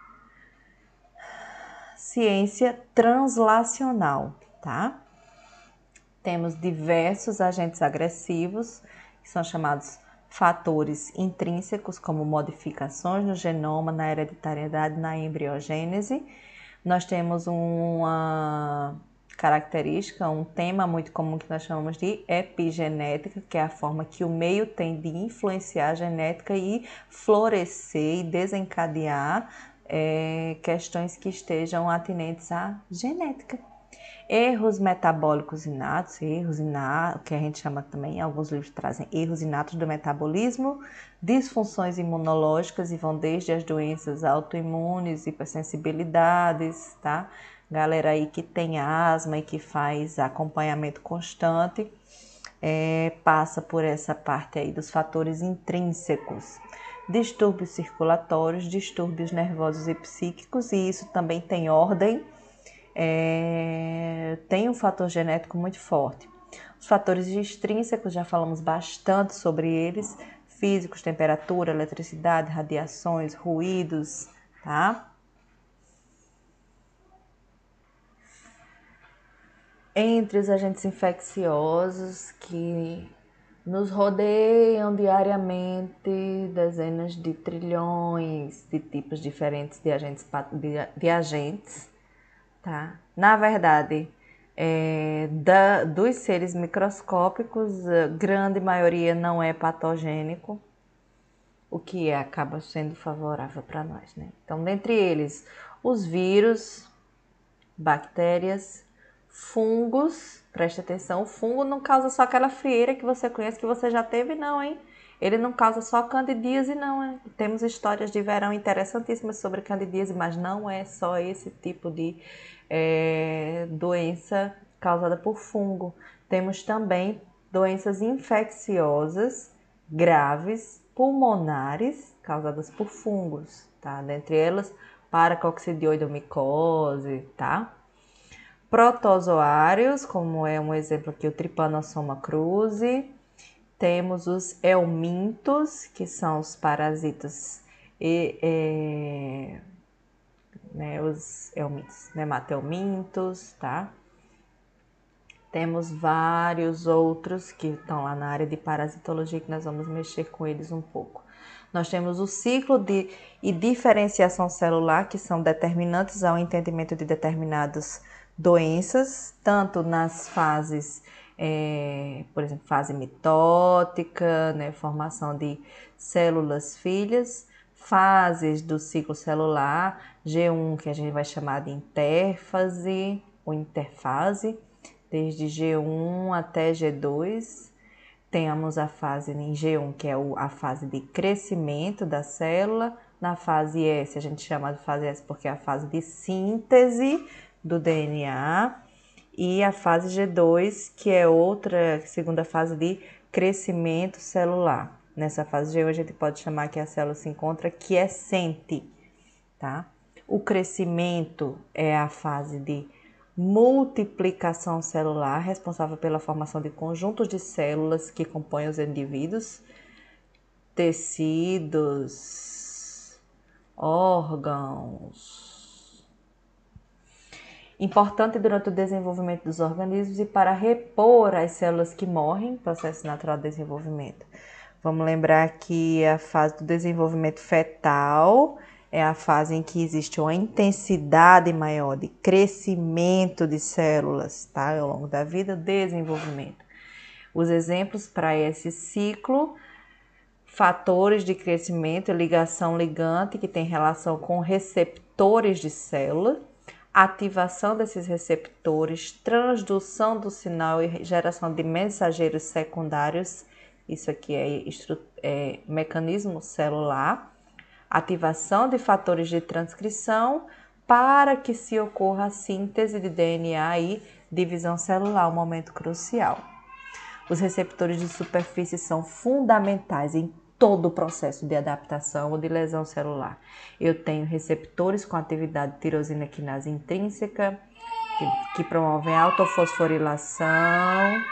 ciência translacional, tá? Temos diversos agentes agressivos, que são chamados fatores intrínsecos, como modificações no genoma, na hereditariedade, na embriogênese. Nós temos uma característica, um tema muito comum que nós chamamos de epigenética, que é a forma que o meio tem de influenciar a genética e florescer e desencadear questões que estejam atinentes à genética. Erros metabólicos inatos, que a gente chama também, alguns livros trazem erros inatos do metabolismo, disfunções imunológicas, e vão desde as doenças autoimunes, hipersensibilidades, tá? Galera aí que tem asma e que faz acompanhamento constante, passa por essa parte aí dos fatores intrínsecos. Distúrbios circulatórios, distúrbios nervosos e psíquicos, e isso também tem ordem, tem um fator genético muito forte. Os fatores extrínsecos, já falamos bastante sobre eles: físicos, temperatura, eletricidade, radiações, ruídos, tá? Entre os agentes infecciosos que nos rodeiam diariamente, dezenas de trilhões de tipos diferentes de agentes, tá? Na verdade, dos seres microscópicos, a grande maioria não é patogênico, o que acaba sendo favorável para nós, né? Então, dentre eles, os vírus, bactérias, fungos. Preste atenção, o fungo não causa só aquela frieira que você conhece, que você já teve, não, hein? Ele não causa só candidíase, não, hein? Temos histórias de verão interessantíssimas sobre candidíase, mas não é só esse tipo de doença causada por fungo. Temos também doenças infecciosas graves, pulmonares, causadas por fungos, tá? Dentre elas, paracoccidioidomicose, tá? Protozoários, como é um exemplo aqui, o Trypanosoma cruzi. Temos os helmintos, que são os parasitas né, os nematelmintos, tá? Temos vários outros que estão lá na área de parasitologia que nós vamos mexer com eles um pouco. Nós temos o ciclo e diferenciação celular, que são determinantes ao entendimento de determinadas doenças, tanto nas fases, por exemplo, fase mitótica, né, formação de células filhas, fases do ciclo celular, G1, que a gente vai chamar de interfase ou interfase, desde G1 até G2. Temos a fase em G1, que é a fase de crescimento da célula. Na fase S, a gente chama de fase S porque é a fase de síntese do DNA. E a fase G2, que é outra segunda fase de crescimento celular. Nessa fase G1, a gente pode chamar que a célula se encontra quiescente, tá? O crescimento é a fase de multiplicação celular, responsável pela formação de conjuntos de células que compõem os indivíduos, tecidos, órgãos. Importante durante o desenvolvimento dos organismos e para repor as células que morrem, processo natural de desenvolvimento. Vamos lembrar que a fase do desenvolvimento fetal é a fase em que existe uma intensidade maior de crescimento de células, tá? Ao longo da vida, desenvolvimento. Os exemplos para esse ciclo: fatores de crescimento, ligação ligante, que tem relação com receptores de célula, ativação desses receptores, transdução do sinal e geração de mensageiros secundários. Isso aqui é mecanismo celular. Ativação de fatores de transcrição para que se ocorra a síntese de DNA e divisão celular, um momento crucial. Os receptores de superfície são fundamentais em todo o processo de adaptação ou de lesão celular. Eu tenho receptores com atividade tirosina quinase intrínseca, que promovem a autofosforilação.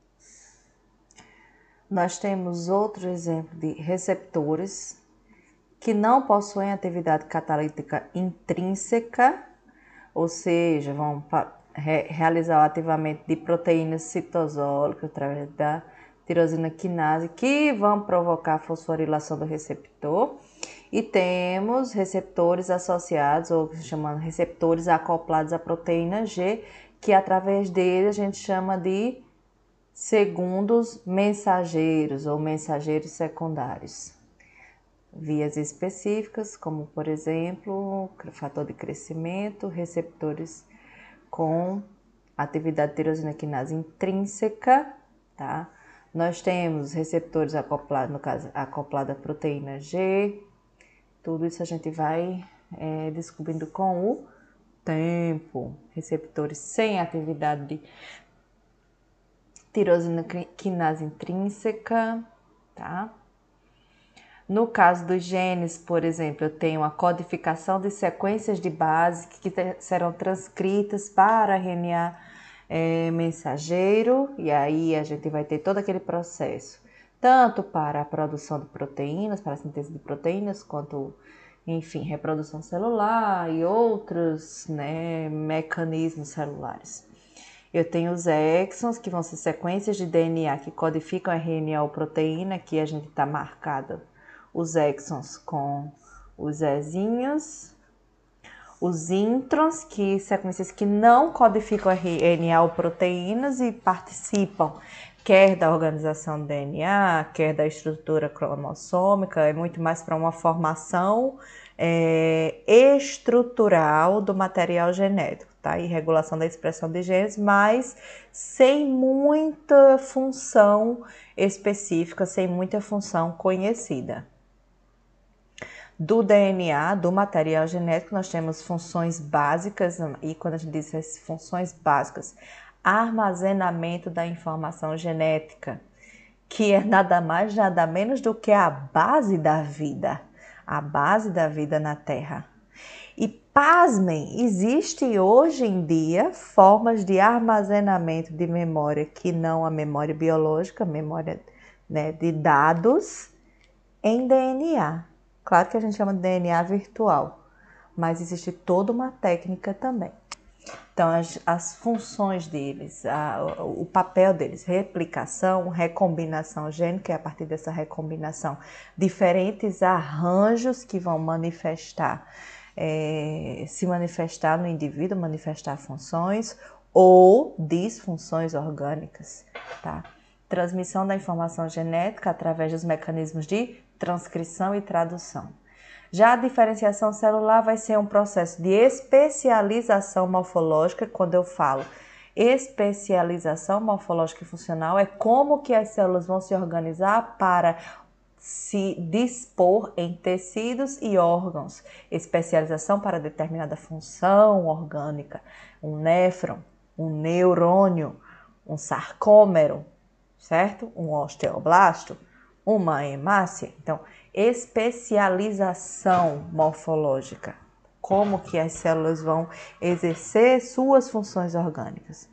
Nós temos outro exemplo de receptores que não possuem atividade catalítica intrínseca, ou seja, vão realizar o ativamento de proteínas citosólicas através da tirosina quinase, que vão provocar a fosforilação do receptor. E temos receptores associados, ou chamando receptores acoplados à proteína G, que através dele a gente chama de segundos mensageiros ou mensageiros secundários. Vias específicas, como por exemplo, fator de crescimento, receptores com atividade tirosina quinase intrínseca, tá? Nós temos receptores acoplados, no caso, acoplado à proteína G. Tudo isso a gente vai descobrindo com o tempo. Receptores sem atividade de tirosina quinase intrínseca, tá? No caso dos genes, por exemplo, eu tenho a codificação de sequências de base que serão transcritas para RNA mensageiro, e aí a gente vai ter todo aquele processo, tanto para a produção de proteínas, para a síntese de proteínas, quanto, enfim, reprodução celular e outros, né, mecanismos celulares. Eu tenho os exons, que vão ser sequências de DNA que codificam RNA ou proteína, que a gente está marcado os exons com os Ezinhos, os introns, que sequências que não codificam RNA ou proteínas e participam, quer da organização do DNA, quer da estrutura cromossômica, é muito mais para uma formação estrutural do material genético, tá? E regulação da expressão de genes, mas sem muita função específica, sem muita função conhecida. Do DNA, do material genético, nós temos funções básicas, e quando a gente diz funções básicas, armazenamento da informação genética, que é nada mais, nada menos do que a base da vida na Terra. E pasmem, existe hoje em dia formas de armazenamento de memória que não a memória biológica, memória, né, de dados em DNA. Claro que a gente chama de DNA virtual, mas existe toda uma técnica também. Então, as funções deles, o papel deles, replicação, recombinação gênica, é a partir dessa recombinação, diferentes arranjos que vão se manifestar no indivíduo, manifestar funções ou disfunções orgânicas, tá? Transmissão da informação genética através dos mecanismos de transcrição e tradução. Já a diferenciação celular vai ser um processo de especialização morfológica. Quando eu falo especialização morfológica e funcional, é como que as células vão se organizar para se dispor em tecidos e órgãos. Especialização para determinada função orgânica, um néfron, um neurônio, um sarcômero, certo? Um osteoblasto, uma hemácia. Então, especialização morfológica, como que as células vão exercer suas funções orgânicas.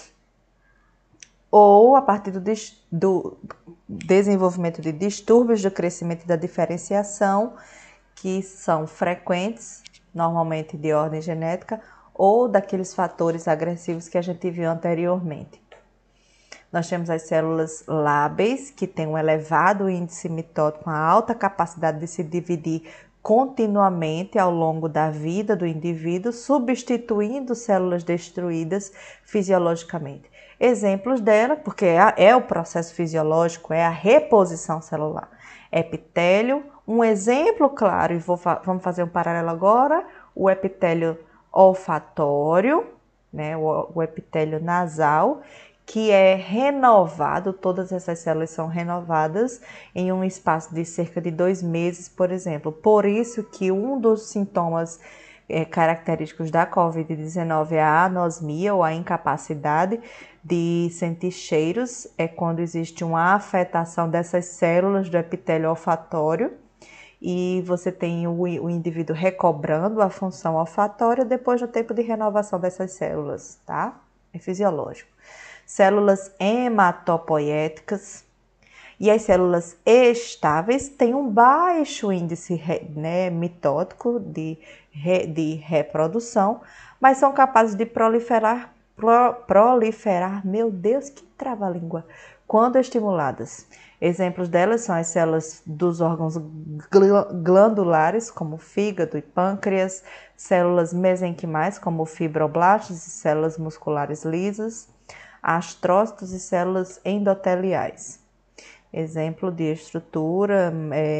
Ou a partir do desenvolvimento de distúrbios do crescimento e da diferenciação, que são frequentes, normalmente de ordem genética, ou daqueles fatores agressivos que a gente viu anteriormente. Nós temos as células lábeis, que têm um elevado índice mitótico, com a alta capacidade de se dividir continuamente ao longo da vida do indivíduo, substituindo células destruídas fisiologicamente. Exemplos dela, porque é o processo fisiológico, é a reposição celular. Epitélio, um exemplo claro, e vamos fazer um paralelo agora, o epitélio olfatório, né, o epitélio nasal, que é renovado, todas essas células são renovadas em um espaço de cerca de 2 meses, por exemplo. Por isso que um dos sintomas característicos da Covid-19 é a anosmia, ou a incapacidade de sentir cheiros, é quando existe uma afetação dessas células do epitélio olfatório, e você tem o indivíduo recobrando a função olfatória depois do tempo de renovação dessas células, tá? É fisiológico. Células hematopoéticas e as células estáveis têm um baixo índice mitótico de reprodução, mas são capazes de proliferar, meu Deus, que trava-língua, quando estimuladas. Exemplos delas são as células dos órgãos glandulares, como fígado e pâncreas, células mesenquimais, como fibroblastos e células musculares lisas, astrócitos e células endoteliais. Exemplo de estrutura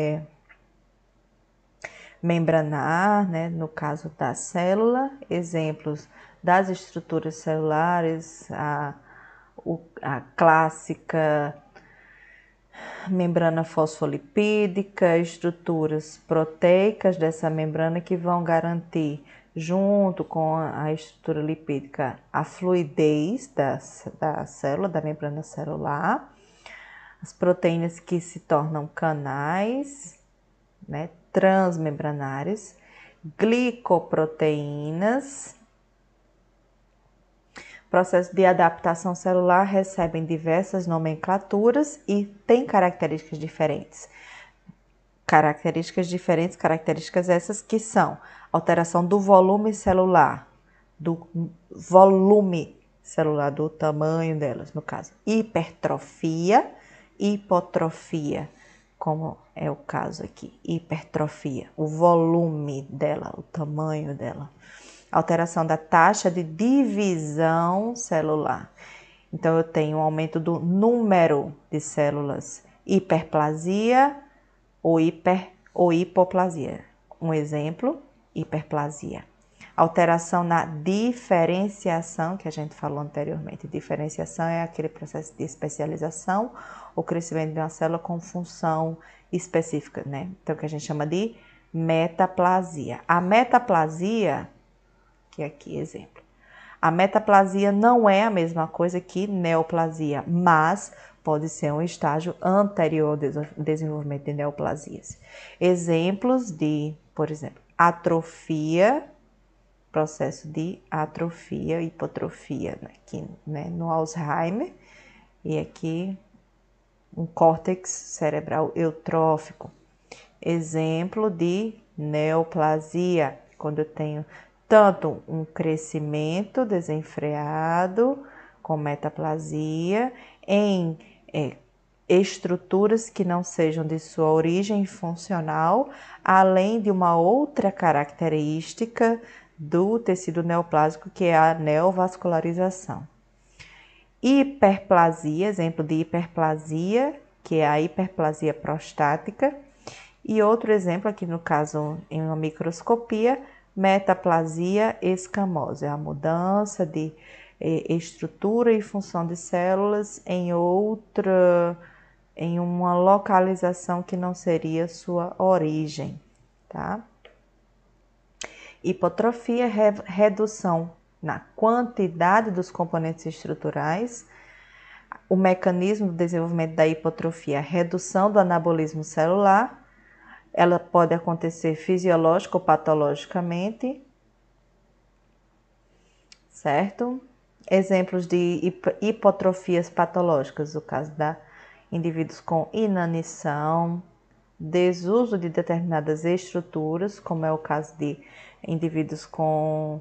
membranar, né, no caso da célula. Exemplos das estruturas celulares, a clássica membrana fosfolipídica, estruturas proteicas dessa membrana que vão garantir, junto com a estrutura lipídica, a fluidez da célula, da membrana celular, as proteínas que se tornam canais, né, transmembranares, glicoproteínas. Processos de adaptação celular recebem diversas nomenclaturas e têm características diferentes. Características essas que são alteração do volume celular, do tamanho delas, no caso, hipertrofia, hipotrofia, como é o caso aqui, hipertrofia, o volume dela, o tamanho dela. Alteração da taxa de divisão celular. Então, eu tenho um aumento do número de células, hiperplasia ou hipoplasia. Um exemplo, hiperplasia. Alteração na diferenciação, que a gente falou anteriormente. Diferenciação é aquele processo de especialização, o crescimento de uma célula com função específica, né? Então, que a gente chama de metaplasia. A metaplasia, que aqui exemplo. A metaplasia não é a mesma coisa que neoplasia, mas pode ser um estágio anterior ao desenvolvimento de neoplasias. Exemplos de, por exemplo, atrofia, processo de atrofia, hipotrofia, aqui, né, no Alzheimer, e aqui um córtex cerebral eutrófico. exemplo de neoplasia, quando eu tenho tanto um crescimento desenfreado com metaplasia em estruturas que não sejam de sua origem funcional, além de uma outra característica do tecido neoplásico, que é a neovascularização. Hiperplasia, exemplo de hiperplasia, que é a hiperplasia prostática. E outro exemplo aqui no caso em uma microscopia, metaplasia escamosa, é a mudança de estrutura e função de células em uma localização que não seria sua origem, tá? Hipotrofia, redução na quantidade dos componentes estruturais. O mecanismo do desenvolvimento da hipotrofia, redução do anabolismo celular. Ela pode acontecer fisiológica ou patologicamente, certo? Exemplos de hipotrofias patológicas, o caso de indivíduos com inanição, desuso de determinadas estruturas, como é o caso de indivíduos com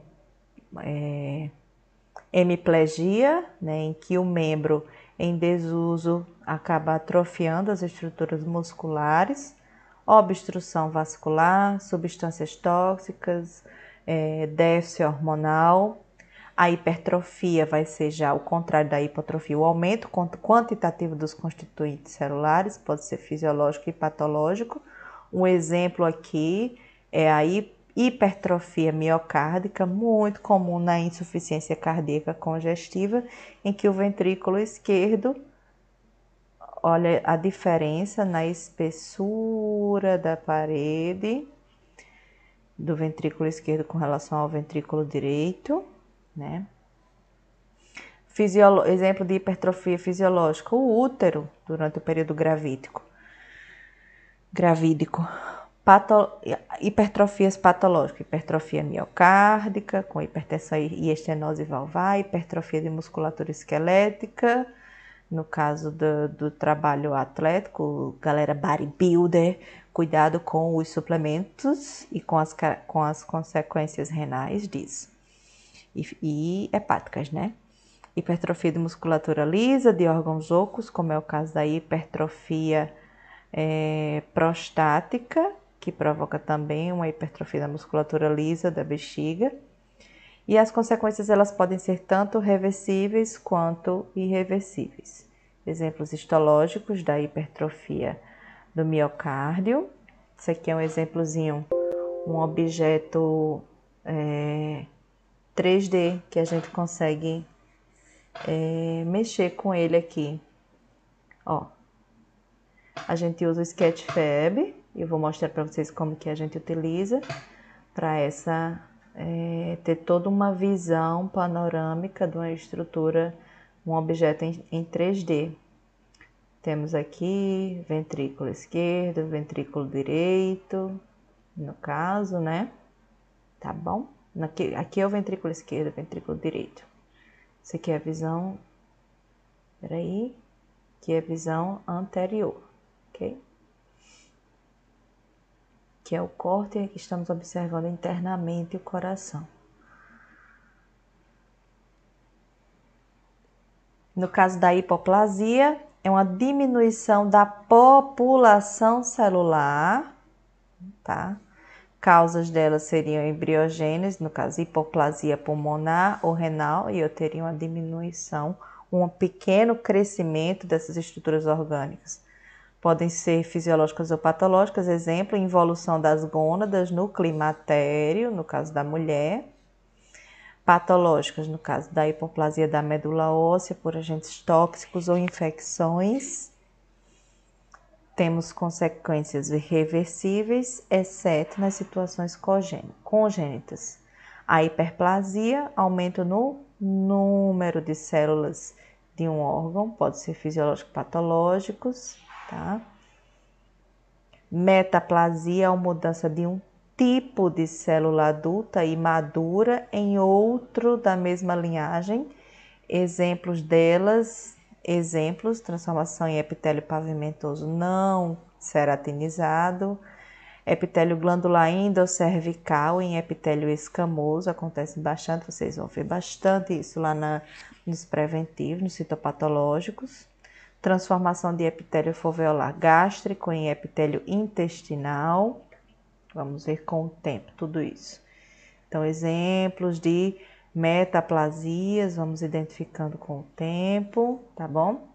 hemiplegia, né, em que o membro em desuso acaba atrofiando as estruturas musculares, obstrução vascular, substâncias tóxicas, déficit hormonal. A hipertrofia vai ser já o contrário da hipotrofia, o aumento quantitativo dos constituintes celulares, pode ser fisiológico e patológico. Um exemplo aqui é a hipertrofia miocárdica, muito comum na insuficiência cardíaca congestiva, em que o ventrículo esquerdo, olha a diferença na espessura da parede do ventrículo esquerdo com relação ao ventrículo direito, né? Exemplo de hipertrofia fisiológica, o útero durante o período gravídico. Hipertrofias patológicas, hipertrofia miocárdica, com hipertensão e estenose valvar, hipertrofia de musculatura esquelética, no caso do trabalho atlético, galera bodybuilder, cuidado com os suplementos e com as consequências renais disso. E hepáticas, né? Hipertrofia de musculatura lisa, de órgãos ocos, como é o caso da hipertrofia prostática, que provoca também uma hipertrofia da musculatura lisa da bexiga. E as consequências elas podem ser tanto reversíveis quanto irreversíveis. Exemplos histológicos da hipertrofia do miocárdio. Isso aqui é um exemplozinho, um objeto 3D que a gente consegue mexer com ele aqui. Ó, a gente usa o Sketchfab, eu vou mostrar para vocês como que a gente utiliza para ter toda uma visão panorâmica de uma estrutura, um objeto em 3D. Temos aqui ventrículo esquerdo, ventrículo direito, no caso, né? Tá bom? Aqui é o ventrículo esquerdo, ventrículo direito. Isso aqui é a visão, aqui é a visão anterior, ok? Que é o corte, e aqui estamos observando internamente o coração. No caso da hipoplasia, é uma diminuição da população celular, tá? Causas delas seriam embriogênese, no caso hipoplasia pulmonar ou renal, e eu teria uma diminuição, um pequeno crescimento dessas estruturas orgânicas. Podem ser fisiológicas ou patológicas, exemplo, involução das gônadas no climatério, no caso da mulher. Patológicas, no caso da hipoplasia da medula óssea por agentes tóxicos ou infecções. Temos consequências irreversíveis, exceto nas situações congênitas. A hiperplasia, aumento no número de células de um órgão, pode ser fisiológico patológicos, tá? Metaplasia, a mudança de um tipo de célula adulta e madura em outro da mesma linhagem. Exemplos delas, transformação em epitélio pavimentoso não ceratinizado, Epitélio glandular endocervical em epitélio escamoso, acontece bastante, vocês vão ver bastante isso lá nos preventivos, nos citopatológicos. Transformação de epitélio foveolar gástrico em epitélio intestinal. Vamos ver com o tempo tudo isso. Então, exemplos de metaplasias, vamos identificando com o tempo, tá bom?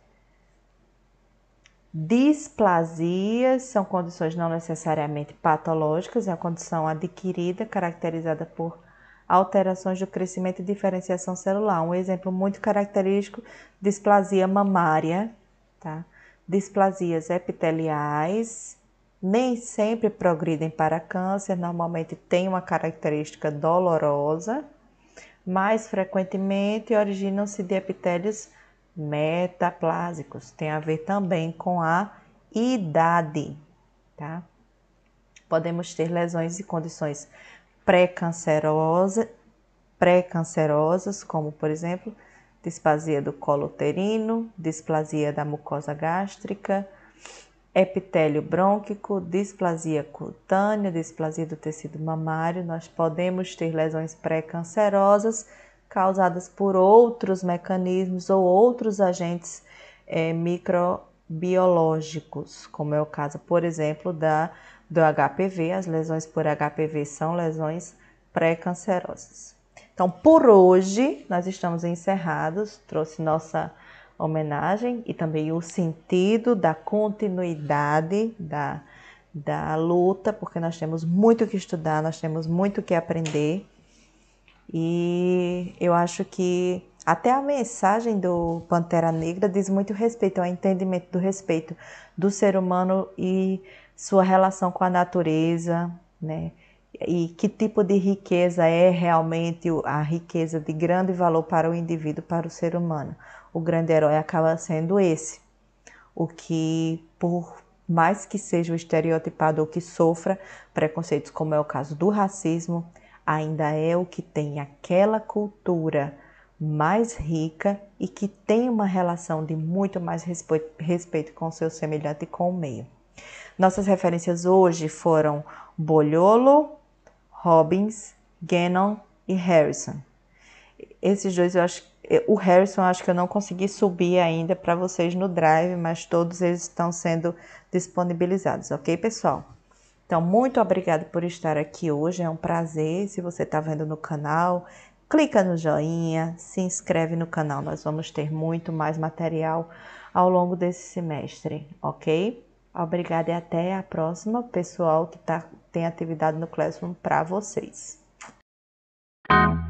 Displasias são condições não necessariamente patológicas, é a condição adquirida caracterizada por alterações do crescimento e diferenciação celular. Um exemplo muito característico, displasia mamária, tá? Displasias epiteliais, nem sempre progridem para câncer, normalmente tem uma característica dolorosa, mais frequentemente originam-se de epitélios metaplásicos. Tem a ver também com a idade, tá? Podemos ter lesões e condições pré-cancerosas, como por exemplo, displasia do colo uterino, displasia da mucosa gástrica, epitélio brônquico, displasia cutânea, displasia do tecido mamário. Nós podemos ter lesões pré-cancerosas causadas por outros mecanismos ou outros agentes microbiológicos, como é o caso, por exemplo, do HPV. As lesões por HPV são lesões pré-cancerosas. Então, por hoje, nós estamos encerrados. Trouxe nossa homenagem e também o sentido da continuidade da luta, porque nós temos muito que estudar, nós temos muito que aprender. E eu acho que até a mensagem do Pantera Negra diz muito respeito ao entendimento do respeito do ser humano e sua relação com a natureza, né? E que tipo de riqueza é realmente a riqueza de grande valor para o indivíduo, para o ser humano. O grande herói acaba sendo esse, o que, por mais que seja o estereotipado ou que sofra preconceitos, como é o caso do racismo, ainda é o que tem aquela cultura mais rica e que tem uma relação de muito mais respeito com o seu semelhante e com o meio. Nossas referências hoje foram Bogliolo, Robbins, Gannon e Harrison. Esses dois eu acho, o Harrison eu acho que eu não consegui subir ainda para vocês no Drive, mas todos eles estão sendo disponibilizados, ok, pessoal? Então, muito obrigada por estar aqui hoje, é um prazer. Se você está vendo no canal, clica no joinha, se inscreve no canal, nós vamos ter muito mais material ao longo desse semestre, ok? Obrigada e até a próxima, pessoal que tem atividade no Classroom para vocês.